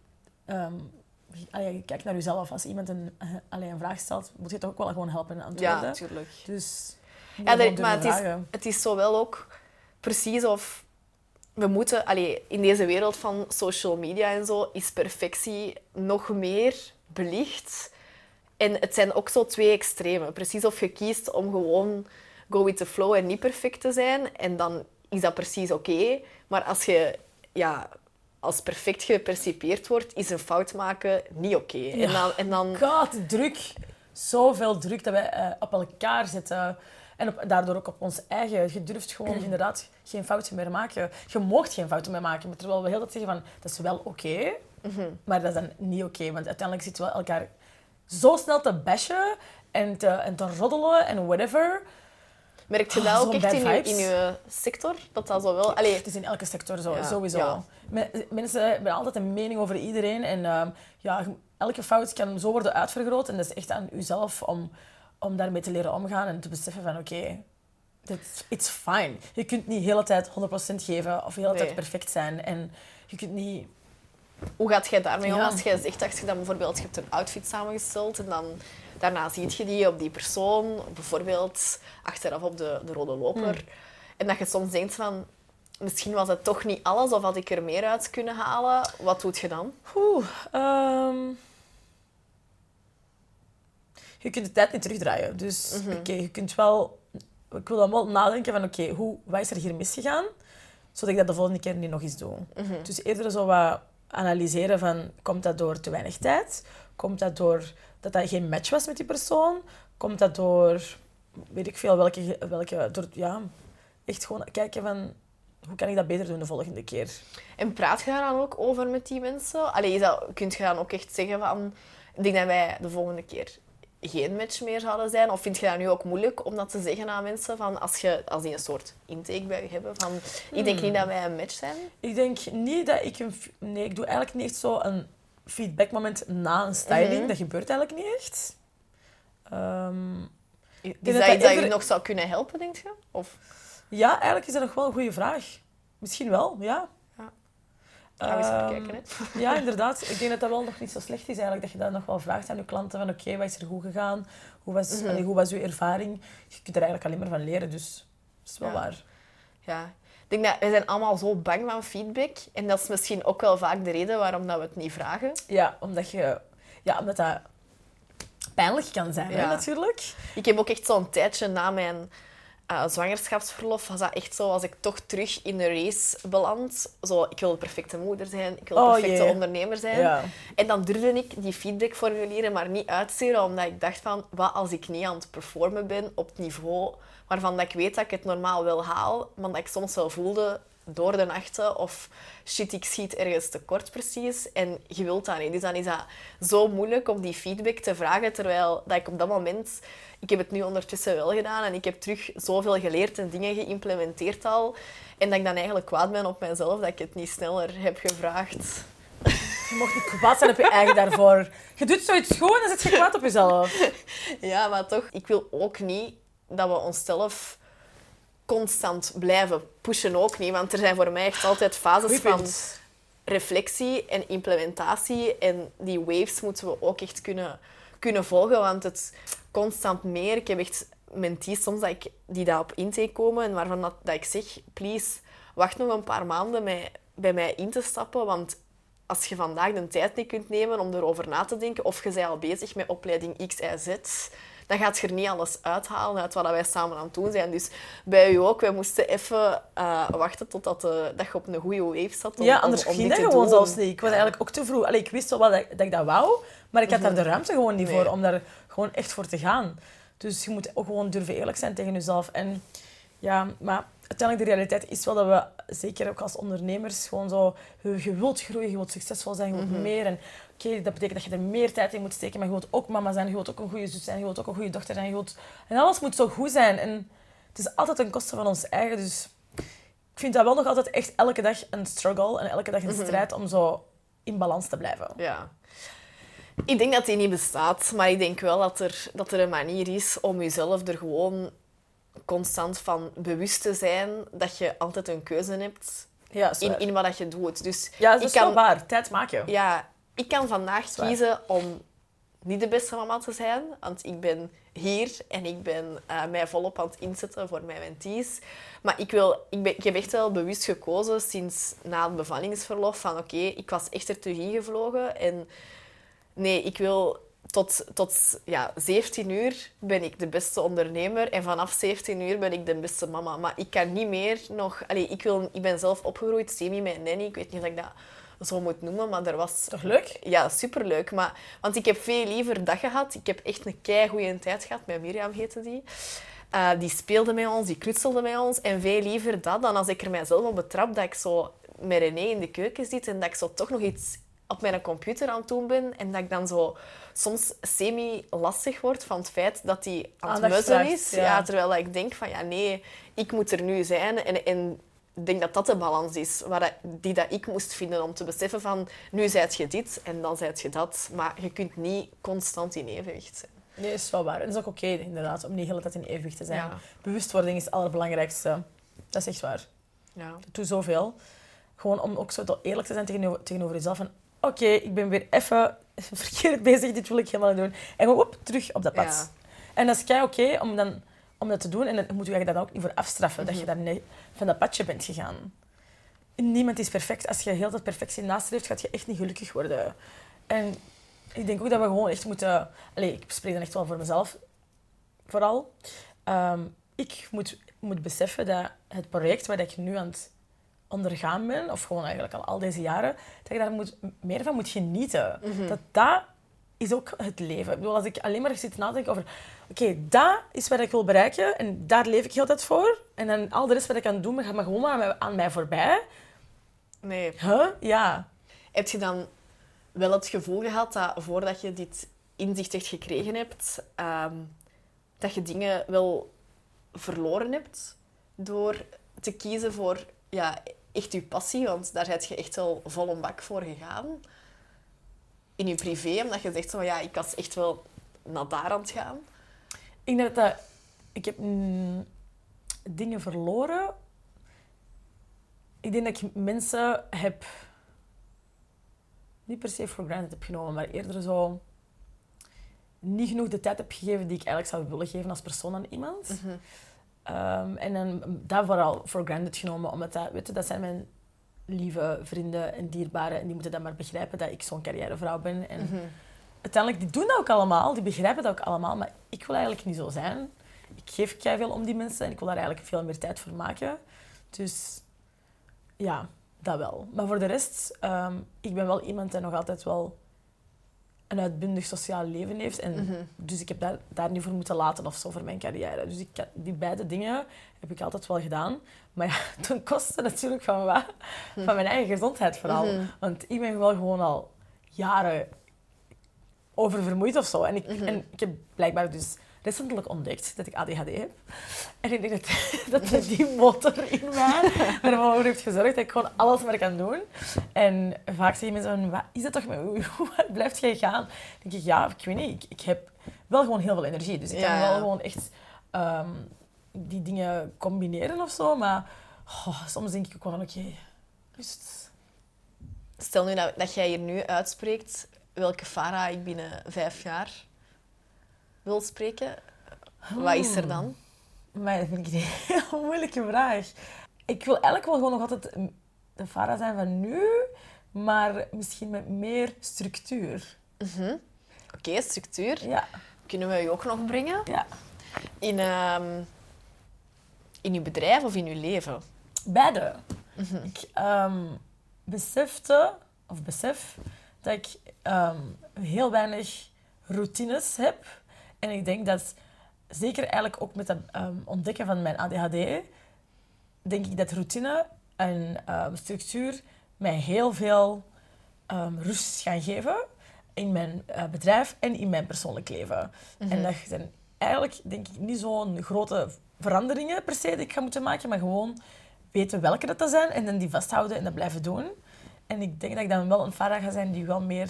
Je kijkt naar jezelf. Als iemand een vraag stelt, moet je toch ook wel gewoon helpen en antwoorden. Ja, natuurlijk. Dus, maar het is zo wel ook precies of... We moeten, in deze wereld van social media en zo, is perfectie nog meer belicht. En het zijn ook zo twee extremen. Precies of je kiest om gewoon go with the flow en niet perfect te zijn. En dan is dat precies oké. Maar als je als perfect gepercipieerd wordt, is een fout maken niet oké. Ja. En dan... God, druk. Zoveel druk dat wij op elkaar zetten. En daardoor ook op ons eigen. Je durft gewoon inderdaad geen fouten meer maken. Je moogt geen fouten meer maken. Terwijl we heel dat zeggen van, dat is wel oké, maar dat is dan niet oké. Want uiteindelijk zitten we elkaar zo snel te bashen en te roddelen en whatever. Merk je dat ook echt in je sector? Dat zo wel... Het is in elke sector zo, sowieso. Ja. Mensen hebben altijd een mening over iedereen. En elke fout kan zo worden uitvergroot. En dat is echt aan uzelf om daarmee te leren omgaan en te beseffen van oké, it's fine. Je kunt niet de hele tijd 100% geven of de hele tijd perfect zijn. En je kunt niet... Hoe gaat jij daarmee om als jij zegt, als je dan bijvoorbeeld je hebt een outfit samengesteld en dan daarna zie je die op die persoon, bijvoorbeeld achteraf op de rode loper. En dat je soms denkt van, misschien was het toch niet alles of had ik er meer uit kunnen halen. Wat doe je dan? Je kunt de tijd niet terugdraaien. Dus je kunt wel... Ik wil dan wel nadenken van wat is er hier misgegaan? Zodat ik dat de volgende keer niet nog eens doe. Dus eerder zo wat analyseren van, komt dat door te weinig tijd? Komt dat door dat geen match was met die persoon? Komt dat door, weet ik veel, echt gewoon kijken van, hoe kan ik dat beter doen de volgende keer? En praat je daar dan ook over met die mensen? Kun je dan ook echt zeggen van, ik denk dat wij de volgende keer geen match meer zouden zijn? Of vind je dat nu ook moeilijk om dat te zeggen aan mensen? Van als die een soort intake bij je hebben van, ik denk niet dat wij een match zijn? Ik denk niet dat ik ik doe eigenlijk niet echt zo een feedbackmoment na een styling. Dat gebeurt eigenlijk niet echt. Is dat iets dat je nog zou kunnen helpen, denk je? Of? Ja, eigenlijk is dat nog wel een goede vraag. Misschien wel, ja. Gaan we eens even kijken, hè? Ja, inderdaad. Ik denk dat dat wel nog niet zo slecht is eigenlijk. Dat je dat nog wel vraagt aan je klanten van oké, wat is er goed gegaan? Hoe was uw ervaring? Je kunt er eigenlijk alleen maar van leren, dus dat is wel waar. Ja. Ik denk dat wij zijn allemaal zo bang van feedback. En dat is misschien ook wel vaak de reden waarom dat we het niet vragen. Ja, omdat je... Ja, omdat dat pijnlijk kan zijn, hè, natuurlijk. Ik heb ook echt zo'n tijdje na mijn zwangerschapsverlof, was dat echt zo, als ik toch terug in de race beland. Zo, ik wil de perfecte moeder zijn, ik wil de perfecte ondernemer zijn. Ja. En dan durfde ik die feedbackformulieren maar niet uit te sturen, omdat ik dacht van, wat als ik niet aan het performen ben op het niveau waarvan dat ik weet dat ik het normaal wel haal, maar dat ik soms wel voelde door de nachten of shit, ik schiet ergens tekort precies en je wilt dat niet. Dus dan is dat zo moeilijk om die feedback te vragen, terwijl dat ik op dat moment... Ik heb het nu ondertussen wel gedaan en ik heb terug zoveel geleerd en dingen geïmplementeerd al. En dat ik dan eigenlijk kwaad ben op mezelf dat ik het niet sneller heb gevraagd. Je mocht niet kwaad zijn op je eigen daarvoor. Je doet zoiets gewoon en zit je kwaad op jezelf. Ja, maar toch, ik wil ook niet dat we onszelf constant blijven pushen. Ook niet, want er zijn voor mij echt altijd fases van reflectie en implementatie. En die waves moeten we ook echt kunnen volgen, want het constant meer... Ik heb echt mentees soms die daar op intake komen en waarvan dat ik zeg, please, wacht nog een paar maanden bij mij in te stappen, want als je vandaag de tijd niet kunt nemen om erover na te denken, of je bent al bezig met opleiding X, Y, Z, dan gaat je er niet alles uithalen uit wat wij samen aan het doen zijn. Dus bij u ook, wij moesten even wachten totdat dat je op een goede wave zat. Ja, anders ging dat gewoon zelfs niet. Ik was eigenlijk ook te vroeg. Allee, ik wist wel dat ik dat wou, maar ik had daar de ruimte gewoon niet voor om daar gewoon echt voor te gaan. Dus je moet ook gewoon durven eerlijk zijn tegen jezelf. En ja, maar uiteindelijk de realiteit is wel dat we, zeker ook als ondernemers, gewoon zo... Je wilt groeien, je wilt succesvol zijn, je wilt meer. En oké, dat betekent dat je er meer tijd in moet steken, maar je wilt ook mama zijn, je wilt ook een goede zus zijn, je wilt ook een goede dochter zijn. En alles moet zo goed zijn. En het is altijd ten koste van ons eigen. Dus ik vind dat wel nog altijd echt elke dag een struggle en elke dag een strijd om zo in balans te blijven. Ja. Ik denk dat die niet bestaat, maar ik denk wel dat er een manier is om jezelf er gewoon constant van bewust te zijn dat je altijd een keuze hebt in wat je doet. Dus ja, dat is wel waar. Tijd maken. Ja, ik kan vandaag kiezen om niet de beste mama te zijn, want ik ben hier en ik ben mij volop aan het inzetten voor mijn mentees. Maar ik heb echt wel bewust gekozen sinds na het bevallingsverlof van oké, ik was echt er terug ingevlogen en nee, ik wil tot 17 uur ben ik de beste ondernemer en vanaf 17 uur ben ik de beste mama. Maar ik kan niet meer nog... ik ben zelf opgegroeid, semi met nanny. Ik weet niet of ik dat zo moet noemen, maar er was... Toch leuk? Ja, superleuk. Want ik heb veel liever dat gehad. Ik heb echt een keigoeie tijd gehad. Met Mirjam heette die. Die speelde met ons, die knutselde met ons. En veel liever dat dan als ik er mijzelf op betrap dat ik zo met René in de keuken zit en dat ik zo toch nog iets op mijn computer aan het doen ben en dat ik dan zo soms semi-lastig word van het feit dat hij aan het muzzelen is. Ja, terwijl ik denk van, ja, nee, ik moet er nu zijn. En ik denk dat dat de balans is die ik moest vinden om te beseffen van, nu zijt je dit en dan zijt je dat. Maar je kunt niet constant in evenwicht zijn. Nee, is wel waar. En dat is ook oké, inderdaad, om niet de hele tijd in evenwicht te zijn. Ja. Bewustwording is het allerbelangrijkste. Dat is echt waar. Ja. Dat doet zoveel. Gewoon om ook zo eerlijk te zijn tegenover jezelf. Van, oké, ik ben weer even verkeerd bezig, dit wil ik helemaal niet doen. En gewoon terug op dat pad. Ja. En dat is kei oké om dat te doen. En dan moet je daar ook niet voor afstraffen, dat je daar niet van dat padje bent gegaan. Niemand is perfect. Als je heel dat perfectie nastreeft, gaat je echt niet gelukkig worden. En ik denk ook dat we gewoon echt moeten... ik spreek dan echt wel voor mezelf, vooral. Ik moet beseffen dat het project waar ik nu aan het ondergaan ben, of gewoon eigenlijk al deze jaren, dat ik daar meer van moet genieten. Dat is ook het leven. Ik bedoel, als ik alleen maar zit na te denken over... Oké, dat is wat ik wil bereiken en daar leef ik heel tijd voor. En dan al de rest wat ik aan het doen, gaat maar gewoon aan mij voorbij. Nee. Huh? Ja. Heb je dan wel het gevoel gehad dat voordat je dit inzicht echt gekregen hebt, dat je dingen wel verloren hebt door te kiezen voor echt je passie? Want daar heb je echt wel vol een bak voor gegaan. In je privé, omdat je zegt, ik was echt wel naar daar aan het gaan. Ik denk dat ik heb dingen verloren. Ik denk dat ik mensen heb... niet per se voor granted heb genomen, maar eerder zo... niet genoeg de tijd heb gegeven die ik eigenlijk zou willen geven als persoon aan iemand. En dan dat vooral voor granted genomen, omdat dat zijn mijn lieve vrienden en dierbaren en die moeten dan maar begrijpen dat ik zo'n carrièrevrouw ben. En uiteindelijk, die doen dat ook allemaal, die begrijpen dat ook allemaal, maar ik wil eigenlijk niet zo zijn. Ik geef veel om die mensen en ik wil daar eigenlijk veel meer tijd voor maken. Dus ja, dat wel. Maar voor de rest, ik ben wel iemand die nog altijd wel een uitbundig sociaal leven heeft. En dus ik heb daar niet voor moeten laten of zo voor mijn carrière. Dus die beide dingen heb ik altijd wel gedaan. Maar ja, ten koste natuurlijk van wat? Van mijn eigen gezondheid vooral. Want ik ben wel gewoon al jaren oververmoeid of zo. En ik heb blijkbaar dus recentelijk ontdekt dat ik ADHD heb. En ik denk dat die motor in mij ervoor heeft gezorgd dat ik gewoon alles maar kan doen. En vaak zeggen mensen, wat is dat toch met u? Hoe blijft jij gaan? Dan denk ik, ja, ik weet niet. Ik heb wel gewoon heel veel energie. Dus ik kan wel gewoon echt die dingen combineren of zo. Maar soms denk ik ook wel van, oké, rust. Stel nu dat jij hier nu uitspreekt welke Farah ik binnen 5 jaar wil spreken. Wat is er dan? Maar dat vind ik een heel moeilijke vraag. Ik wil eigenlijk wel gewoon nog altijd de Farah zijn van nu, maar misschien met meer structuur. Oké, structuur. Ja. Kunnen we je ook nog brengen? Ja. In je bedrijf of in je leven? Beide. Ik besef dat ik heel weinig routines heb. En ik denk dat, zeker eigenlijk ook met het ontdekken van mijn ADHD, denk ik dat routine en structuur mij heel veel rust gaan geven in mijn bedrijf en in mijn persoonlijk leven. En dat zijn eigenlijk, denk ik, niet zo'n grote veranderingen per se die ik ga moeten maken, maar gewoon weten welke dat zijn en dan die vasthouden en dat blijven doen. En ik denk dat ik dan wel een Farah ga zijn die wel meer...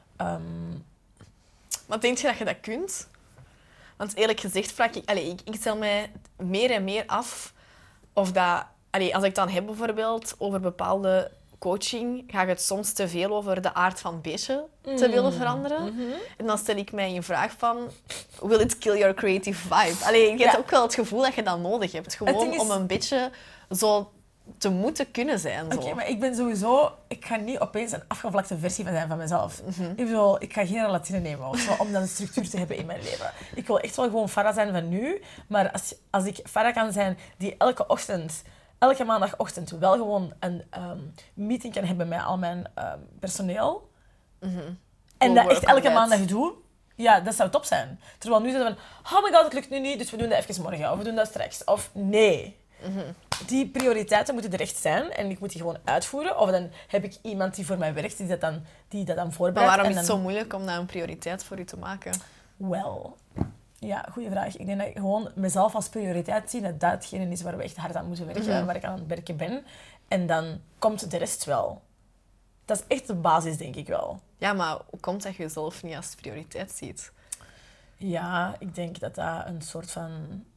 Maar denk je dat je dat kunt? Want eerlijk gezegd, ik stel mij meer en meer af of dat... als ik het dan heb bijvoorbeeld over bepaalde coaching, ga je het soms te veel over de aard van het beestje te willen veranderen. En dan stel ik mij een vraag van... Will it kill your creative vibe? Je hebt ook wel het gevoel dat je dat nodig hebt. Gewoon om een beetje zo te moeten kunnen zijn. Oké, maar ik ben sowieso... Ik ga niet opeens een afgevlakte versie van zijn van mezelf. Ik ga geen relatine nemen of zo, om dan een structuur te hebben in mijn leven. Ik wil echt wel gewoon Farah zijn van nu. Maar als ik Farah kan zijn die elke maandagochtend wel gewoon een meeting kan hebben met al mijn personeel. En dat echt elke maandag doe. Ja, dat zou top zijn. Terwijl nu zeggen we van, oh my god, het lukt nu niet, dus we doen dat even morgen. Of we doen dat straks. Of nee. Die prioriteiten moeten er echt zijn en ik moet die gewoon uitvoeren. Of dan heb ik iemand die voor mij werkt, die dat dan voorbereidt. Maar waarom is het zo moeilijk om dat een prioriteit voor u te maken? Wel, ja, goede vraag. Ik denk dat ik gewoon mezelf als prioriteit zie dat hetgene is waar we echt hard aan moeten werken, waar ik aan het werken ben. En dan komt de rest wel. Dat is echt de basis, denk ik wel. Ja, maar hoe komt dat je jezelf niet als prioriteit ziet? Ja, ik denk dat dat een soort van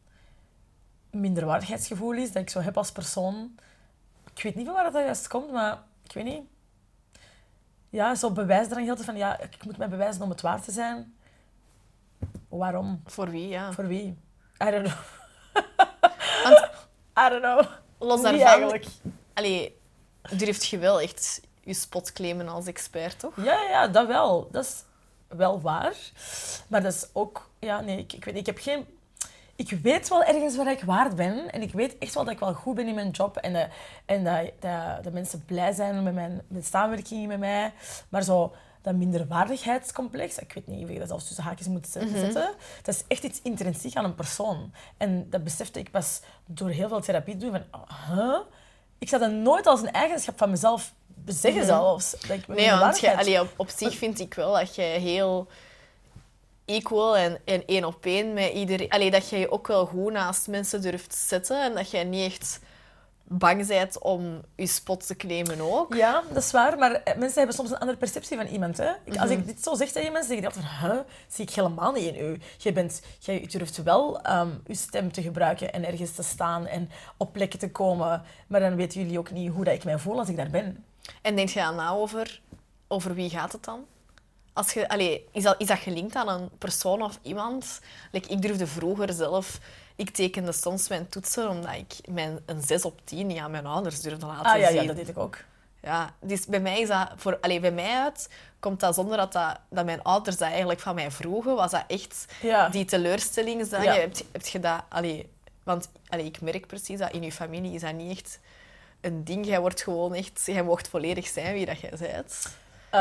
minderwaardigheidsgevoel is dat ik zo heb als persoon. Ik weet niet van waar dat juist komt, maar ik weet niet. Ja, zo bewijsdrang heel van, ja, ik moet mij bewijzen om het waard te zijn. Waarom? Voor wie, ja. Voor wie? I don't know. Want, I don't know. Los Wie daarvan, eigenlijk? Durft je wel echt je spot claimen als expert, toch? Ja, dat wel. Dat is wel waar. Maar dat is ook... Ja, nee, ik weet niet. Ik heb geen... Ik weet wel ergens waar ik waard ben. En ik weet echt wel dat ik wel goed ben in mijn job. En dat de mensen blij zijn met samenwerking met mij. Maar zo... Dat minderwaardigheidscomplex, ik weet niet of je dat zelfs tussen haakjes moet zetten, dat is echt iets intrinsiek aan een persoon. En dat besefte ik pas door heel veel therapie te doen. Van, ik zou dat nooit als een eigenschap van mezelf zeggen zelfs. Dat ik Nee, want op zich vind ik wel dat je heel equal en één op één met iedereen... dat je je ook wel goed naast mensen durft zetten en dat je niet echt bang bent om je spot te claimen ook. Ja, dat is waar. Maar mensen hebben soms een andere perceptie van iemand. Hè? Als ik dit zo zeg tegen mensen, denk ik altijd van, zie ik helemaal niet in u. Jij durft wel je stem te gebruiken en ergens te staan en op plekken te komen. Maar dan weten jullie ook niet hoe dat ik mij voel als ik daar ben. En denk je dan na over wie gaat het dan? Is dat gelinkt aan een persoon of iemand? Ik durfde vroeger zelf... Ik tekende soms mijn toetsen omdat ik een 6 op 10 niet aan mijn ouders durfde laten zien. Ja, dat deed ik ook. Ja, dus bij mij is dat... bij mij uit komt dat zonder dat mijn ouders dat eigenlijk van mij vroegen. Was dat echt die teleurstelling? Ja. Heb je dat... Want ik merk precies dat in je familie is dat niet echt een ding. Jij wordt gewoon echt... Jij mocht volledig zijn wie dat jij bent.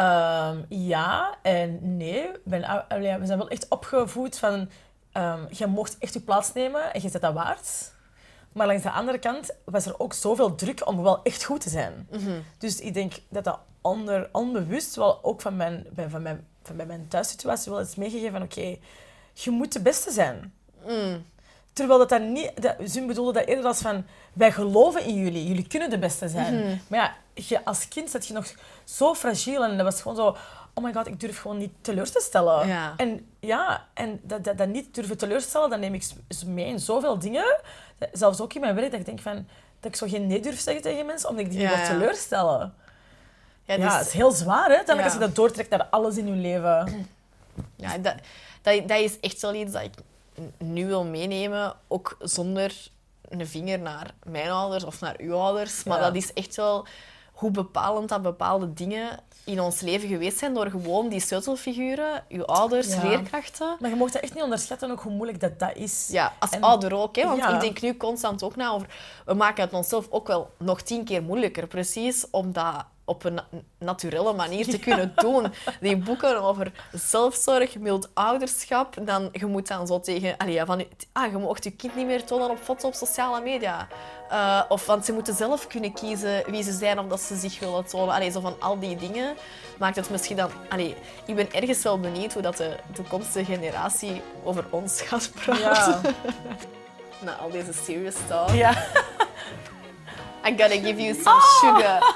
Ja en nee. We zijn wel echt opgevoed van... je mocht echt je plaats nemen en je zet dat waard. Maar langs de andere kant was er ook zoveel druk om wel echt goed te zijn. Dus ik denk dat dat onbewust wel ook van mijn thuissituatie wel is meegegeven van oké, je moet de beste zijn. Terwijl dat niet... Zun bedoelde dat eerder als van wij geloven in jullie. Jullie kunnen de beste zijn. Maar ja, als kind zat je nog zo fragiel en dat was gewoon zo... Oh my god, ik durf gewoon niet teleur te stellen. Ja. En dat niet durven teleurstellen, dat neem ik mee in zoveel dingen. Zelfs ook in mijn werk, dat ik denk van... Dat ik zo geen nee durf zeggen tegen mensen, omdat ik die niet wil teleurstellen. Ja, dus... het is heel zwaar, hè? Uiteindelijk als je dat doortrekt naar alles in je leven. Ja, dat is echt wel iets dat ik nu wil meenemen, ook zonder een vinger naar mijn ouders of naar uw ouders. Maar dat is echt wel hoe bepalend dat bepaalde dingen in ons leven geweest zijn door gewoon die sleutelfiguren, uw ouders, leerkrachten. Maar je mag dat echt niet onderschatten, ook hoe moeilijk dat is. Ja, als ouder ook. Hè? Want ik denk nu constant ook na over... We maken het onszelf ook wel nog 10 keer moeilijker, precies, om dat op een naturele manier te kunnen doen. Die boeken over zelfzorg, mild ouderschap, je moet dan zo tegen... je mocht je kind niet meer tonen op foto's op sociale media. Want ze moeten zelf kunnen kiezen wie ze zijn of dat ze zich willen tonen. Zo van al die dingen maakt het misschien dan... ik ben ergens wel benieuwd hoe dat de toekomstige generatie over ons gaat praten. Ja. Na al deze serious talk. Ja. I gotta give you some sugar.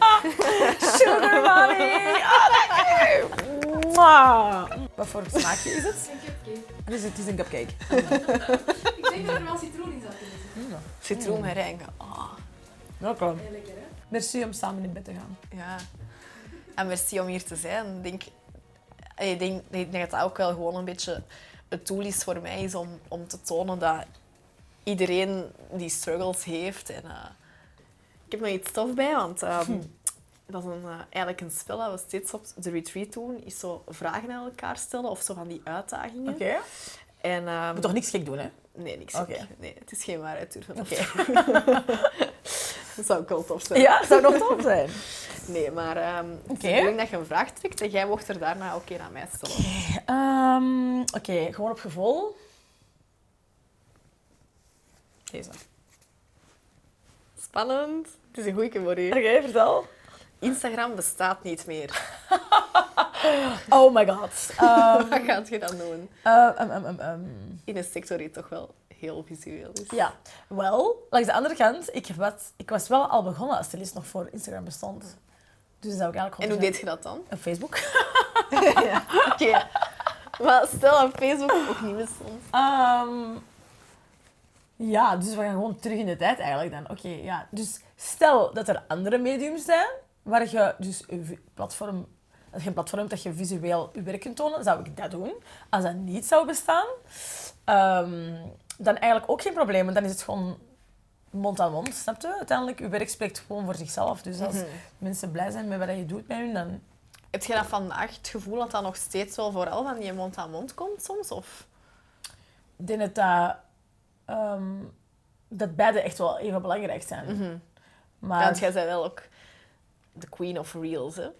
Sugar mommy! Oh, lekker! Mwah. Wat voor smaakje is het? Een cupcake. Dus het is een cupcake. Ik denk dat er wel citroen in zou kunnen zitten. Citroenmerengue. Welkom. Heel lekker, hè? Merci om samen in bed te gaan. Ja. En merci om hier te zijn. Ik denk dat dat ook wel gewoon een beetje het doel is voor mij, is om te tonen dat iedereen die struggles heeft. En, ik heb nog iets tof bij, want dat is eigenlijk een spel dat we steeds op de retreat doen. Is zo vragen aan elkaar stellen of zo van die uitdagingen. Oké. En, Je moet toch niks gek doen, hè? Nee, niks. Oké. Nee, het is geen waarheid durven. Oké. Dat zou ook wel tof zijn. Ja, zou nog tof zijn. Nee, maar het is de bedoeling dat je een vraag trekt en jij mocht er daarna ook een aan mij stellen. Oké, gewoon op gevoel. Deze. Spannend. Het is een goeie voor u. Oké, vertel. Instagram bestaat niet meer. Oh my god. Wat gaat je dan doen? In een sector die toch wel heel visueel is. Ja, wel, langs de andere kant, ik was wel al begonnen als stylist nog voor Instagram bestond. Dus dat zou ik eigenlijk En hoe deed je dat dan? op Facebook. Ja, oké. Maar stel op Facebook ook niet bestond. Ja, dus we gaan gewoon terug in de tijd eigenlijk dan. Oké, ja. Dus stel dat er andere mediums zijn, waar je dus een platform hebt dat je visueel je werk kunt tonen, zou ik dat doen. Als dat niet zou bestaan, dan eigenlijk ook geen probleem. Want dan is het gewoon mond aan mond, snap je? Uiteindelijk, je werk spreekt gewoon voor zichzelf. Dus als mensen blij zijn met wat je doet met hun, dan... Heb je dat vandaag het gevoel dat dat nog steeds wel vooral van die mond aan mond komt soms? Of? Ik denk dat beide echt wel even belangrijk zijn. Maar... Ja, want jij bent wel ook de queen of reels, hè?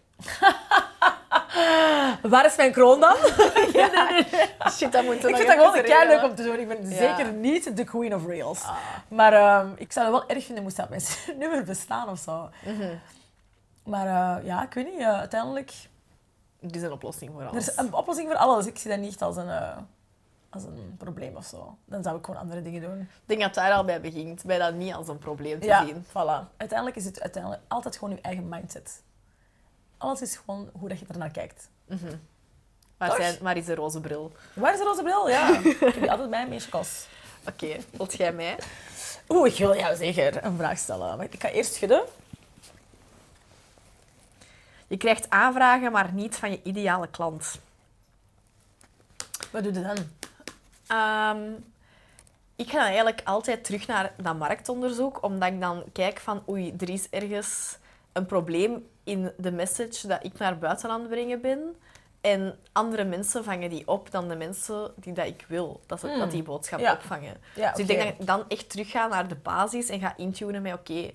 Waar is mijn kroon dan? Shit, dat moet Ik vind dat gewoon een kei leuk om te doen. Ik ben zeker niet de queen of reels. Maar ik zou het wel erg vinden moest dat mensen niet meer bestaan of zo. Maar ja, ik weet niet. Uiteindelijk... Er is een oplossing voor Er alles. is een oplossing voor alles. Ik zie dat niet als een probleem of zo. Dan zou ik gewoon andere dingen doen. Ik denk dat daar al bij begint, bij dat niet als een probleem te Ja, zien. voilà. Uiteindelijk is het altijd gewoon je eigen mindset. Alles is gewoon hoe dat je ernaar kijkt. Waar is de roze bril? Waar is de roze bril? Ja, ik heb die altijd bij een meisje kos. Oké, wilt jij mij? Oeh, ik wil jou zeker een vraag stellen. Maar ik ga eerst schudden. Je krijgt aanvragen, maar niet van je ideale klant. Wat doe je dan? Ik ga dan eigenlijk altijd terug naar dat marktonderzoek, omdat ik dan kijk van oei, er is ergens een probleem in de message dat ik naar buiten aan het brengen ben. En andere mensen vangen die op dan de mensen die dat ik wil dat die boodschap opvangen. Ja, dus ik denk dat ik dan echt terug ga naar de basis en ga intunen met oké,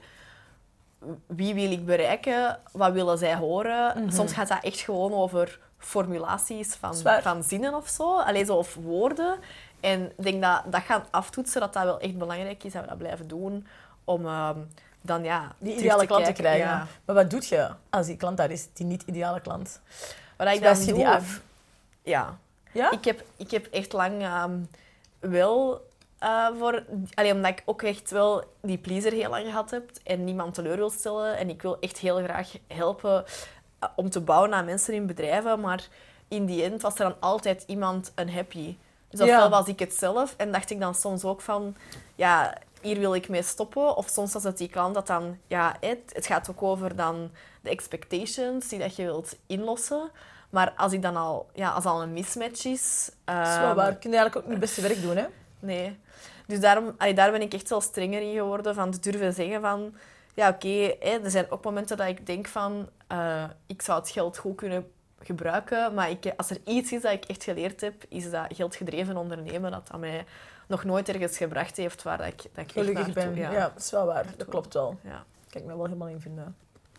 wie wil ik bereiken? Wat willen zij horen? Soms gaat dat echt gewoon over formulaties van zinnen of zo. Allee, zo of woorden. En ik denk dat gaan aftoetsen, dat wel echt belangrijk is dat we dat blijven doen om dan die ideale klant te krijgen. Ja. Maar wat doe je als die klant daar is, die niet-ideale klant? Wat ik dan je doe... die af? Ja. Ja? Ik heb echt lang wel... omdat ik ook echt wel die pleaser heel lang gehad heb en niemand teleur wil stellen. En ik wil echt heel graag helpen om te bouwen aan mensen in bedrijven. Maar in die end was er dan altijd iemand unhappy. Dus ofwel was ik het zelf en dacht ik dan soms ook van... Ja, hier wil ik mee stoppen. Of soms was het die klant dat dan... Ja, het gaat ook over dan de expectations die dat je wilt inlossen. Maar als ik dan als al een mismatch is... Dat is wel waar. Kun je eigenlijk ook niet het beste werk doen, hè? Nee. Dus daar ben ik echt wel strenger in geworden, van te durven zeggen van... Ja, oké, er zijn ook momenten dat ik denk van... ik zou het geld goed kunnen gebruiken, maar als er iets is dat ik echt geleerd heb, is dat geldgedreven ondernemen, dat mij nog nooit ergens gebracht heeft waar ik gelukkig ben. Ja, dat is wel waar. Dat klopt wel. Ja. Kan ik me wel helemaal in vinden.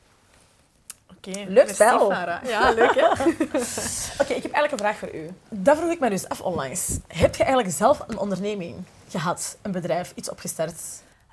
Oké. Leuk spel. Ja, leuk hè? Oké, ik heb eigenlijk een vraag voor u. Dat vroeg ik me dus af onlangs. Heb je eigenlijk zelf een onderneming gehad? Een bedrijf, iets opgestart?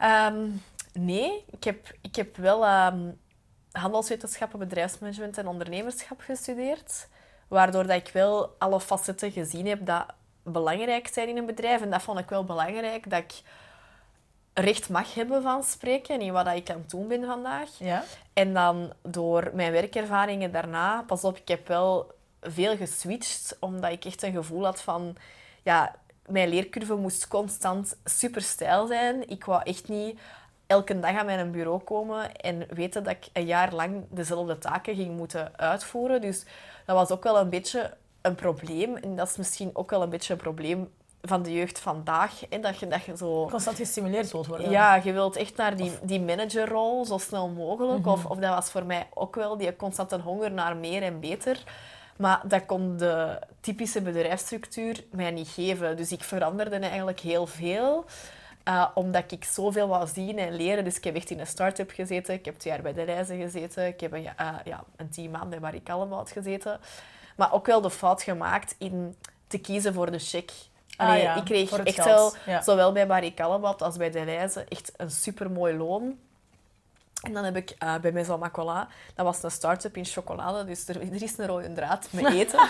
Nee, ik heb wel handelswetenschappen, bedrijfsmanagement en ondernemerschap gestudeerd. Waardoor dat ik wel alle facetten gezien heb dat belangrijk zijn in een bedrijf. En dat vond ik wel belangrijk, dat ik recht mag hebben van spreken in wat ik aan het doen ben vandaag. Ja. En dan door mijn werkervaringen daarna, pas op, ik heb wel veel geswitcht, omdat ik echt een gevoel had van... Ja, mijn leercurve moest constant super stijl zijn. Ik wou echt niet elke dag aan mijn bureau komen en weten dat ik een jaar lang dezelfde taken ging moeten uitvoeren. Dus dat was ook wel een beetje een probleem. En dat is misschien ook wel een beetje een probleem van de jeugd vandaag. Hè? Dat je zo... Constant gestimuleerd wilt worden. Ja, je wilt echt naar die managerrol zo snel mogelijk. Of dat was voor mij ook wel die constante honger naar meer en beter. Maar dat kon de typische bedrijfsstructuur mij niet geven. Dus ik veranderde eigenlijk heel veel. Omdat ik zoveel wou zien en leren. Dus ik heb echt in een start-up gezeten. Ik heb 2 jaar bij de Reizen gezeten. Ik heb een 10 maanden bij Barry Callebaut gezeten. Maar ook wel de fout gemaakt in te kiezen voor de check. Ik kreeg echt wel, zowel bij Barry Callebaut als bij de Reizen, echt een supermooi loon. En dan heb ik bij Maison Macola, dat was een start-up in chocolade, dus er is een rode draad met eten.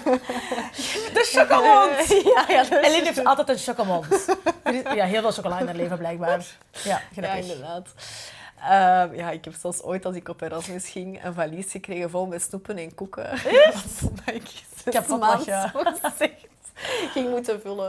De chocomond! Eline heeft altijd een chocomond. Er is heel veel chocola in haar leven, blijkbaar. Ja, inderdaad. Ik heb zelfs ooit, als ik op Erasmus ging, een valies gekregen vol met snoepen en koeken. Ik heb ook lachen. ging moeten vullen.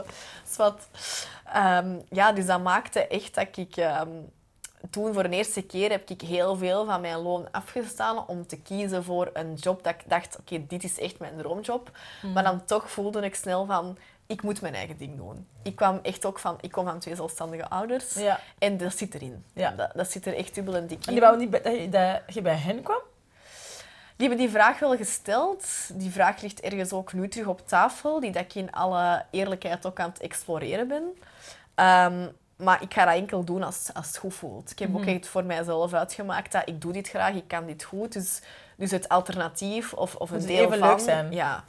Dus dat maakte echt dat ik... Toen voor de eerste keer heb ik heel veel van mijn loon afgestaan om te kiezen voor een job dat ik dacht, oké, dit is echt mijn droomjob. Maar dan toch voelde ik snel van, ik moet mijn eigen ding doen. Ik kom van 2 zelfstandige ouders en dat zit erin. Ja. Dat zit er echt dubbel en dik in. En die wou niet dat je bij hen kwam? Die hebben die vraag wel gesteld. Die vraag ligt ergens ook nu terug op tafel, die dat ik in alle eerlijkheid ook aan het exploreren ben. Maar ik ga dat enkel doen als het goed voelt. Ik heb ook echt voor mijzelf uitgemaakt dat ik doe dit graag, ik kan dit goed. Dus het alternatief of een deel even van... leuk zijn. Ja.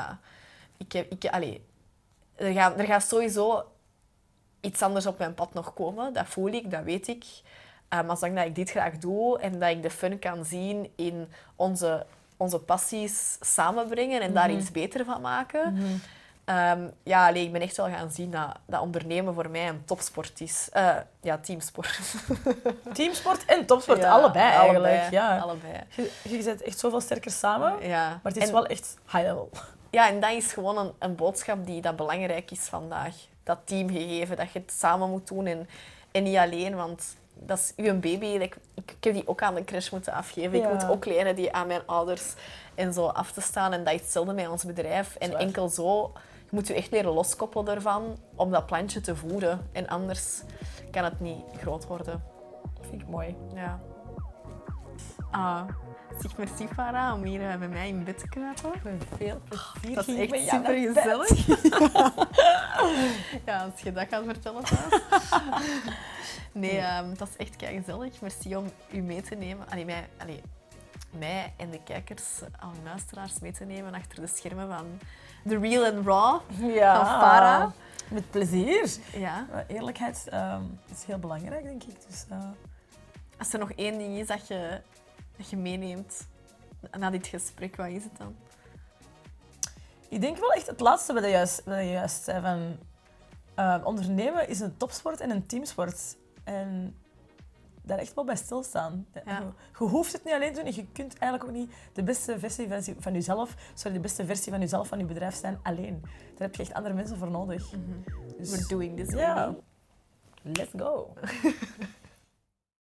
Er gaat sowieso iets anders op mijn pad nog komen. Dat voel ik, dat weet ik. Maar zolang dat ik dit graag doe en dat ik de fun kan zien in onze passies samenbrengen en daar iets beter van maken... ik ben echt wel gaan zien dat ondernemen voor mij een topsport is. Teamsport. Teamsport en topsport, allebei eigenlijk. Allebei. Je zit echt zoveel sterker samen, ja. Maar het is wel echt high level. Ja, en dat is gewoon een boodschap dat belangrijk is vandaag. Dat teamgegeven, dat je het samen moet doen en niet alleen, want dat is uw baby. Ik heb die ook aan de crash moeten afgeven. Ik moet ook leren die aan mijn ouders en zo af te staan. En dat is hetzelfde met ons bedrijf. En enkel zo... Je moet je echt leren loskoppelen ervan om dat plantje te voeden. En anders kan het niet groot worden. Dat vind ik mooi. Ja. Zeg merci, Farah, om hier bij mij in bed te kruipen. Met veel plezier. Dat is ging ik met echt jou naar super bed. gezellig. Ja, als je dat gaat vertellen thuis. Nee, dat is echt gezellig. Merci om u mee te nemen. Mij en de kijkers, alle luisteraars mee te nemen achter de schermen van The Real and Raw Ja, van Farah. met plezier. Ja. Eerlijkheid is heel belangrijk, denk ik. Dus, Als er nog één ding is dat je meeneemt na dit gesprek, wat is het dan? ik denk wel echt het laatste wat je juist zei. Van, ondernemen is een topsport en een teamsport. En daar echt wel bij stilstaan. Ja. Je hoeft het niet alleen te doen en je kunt eigenlijk ook niet de beste versie van jezelf, de beste versie van jezelf, van je bedrijf zijn alleen. Daar heb je echt andere mensen voor nodig. Dus, We're doing this, ja, baby. let's go.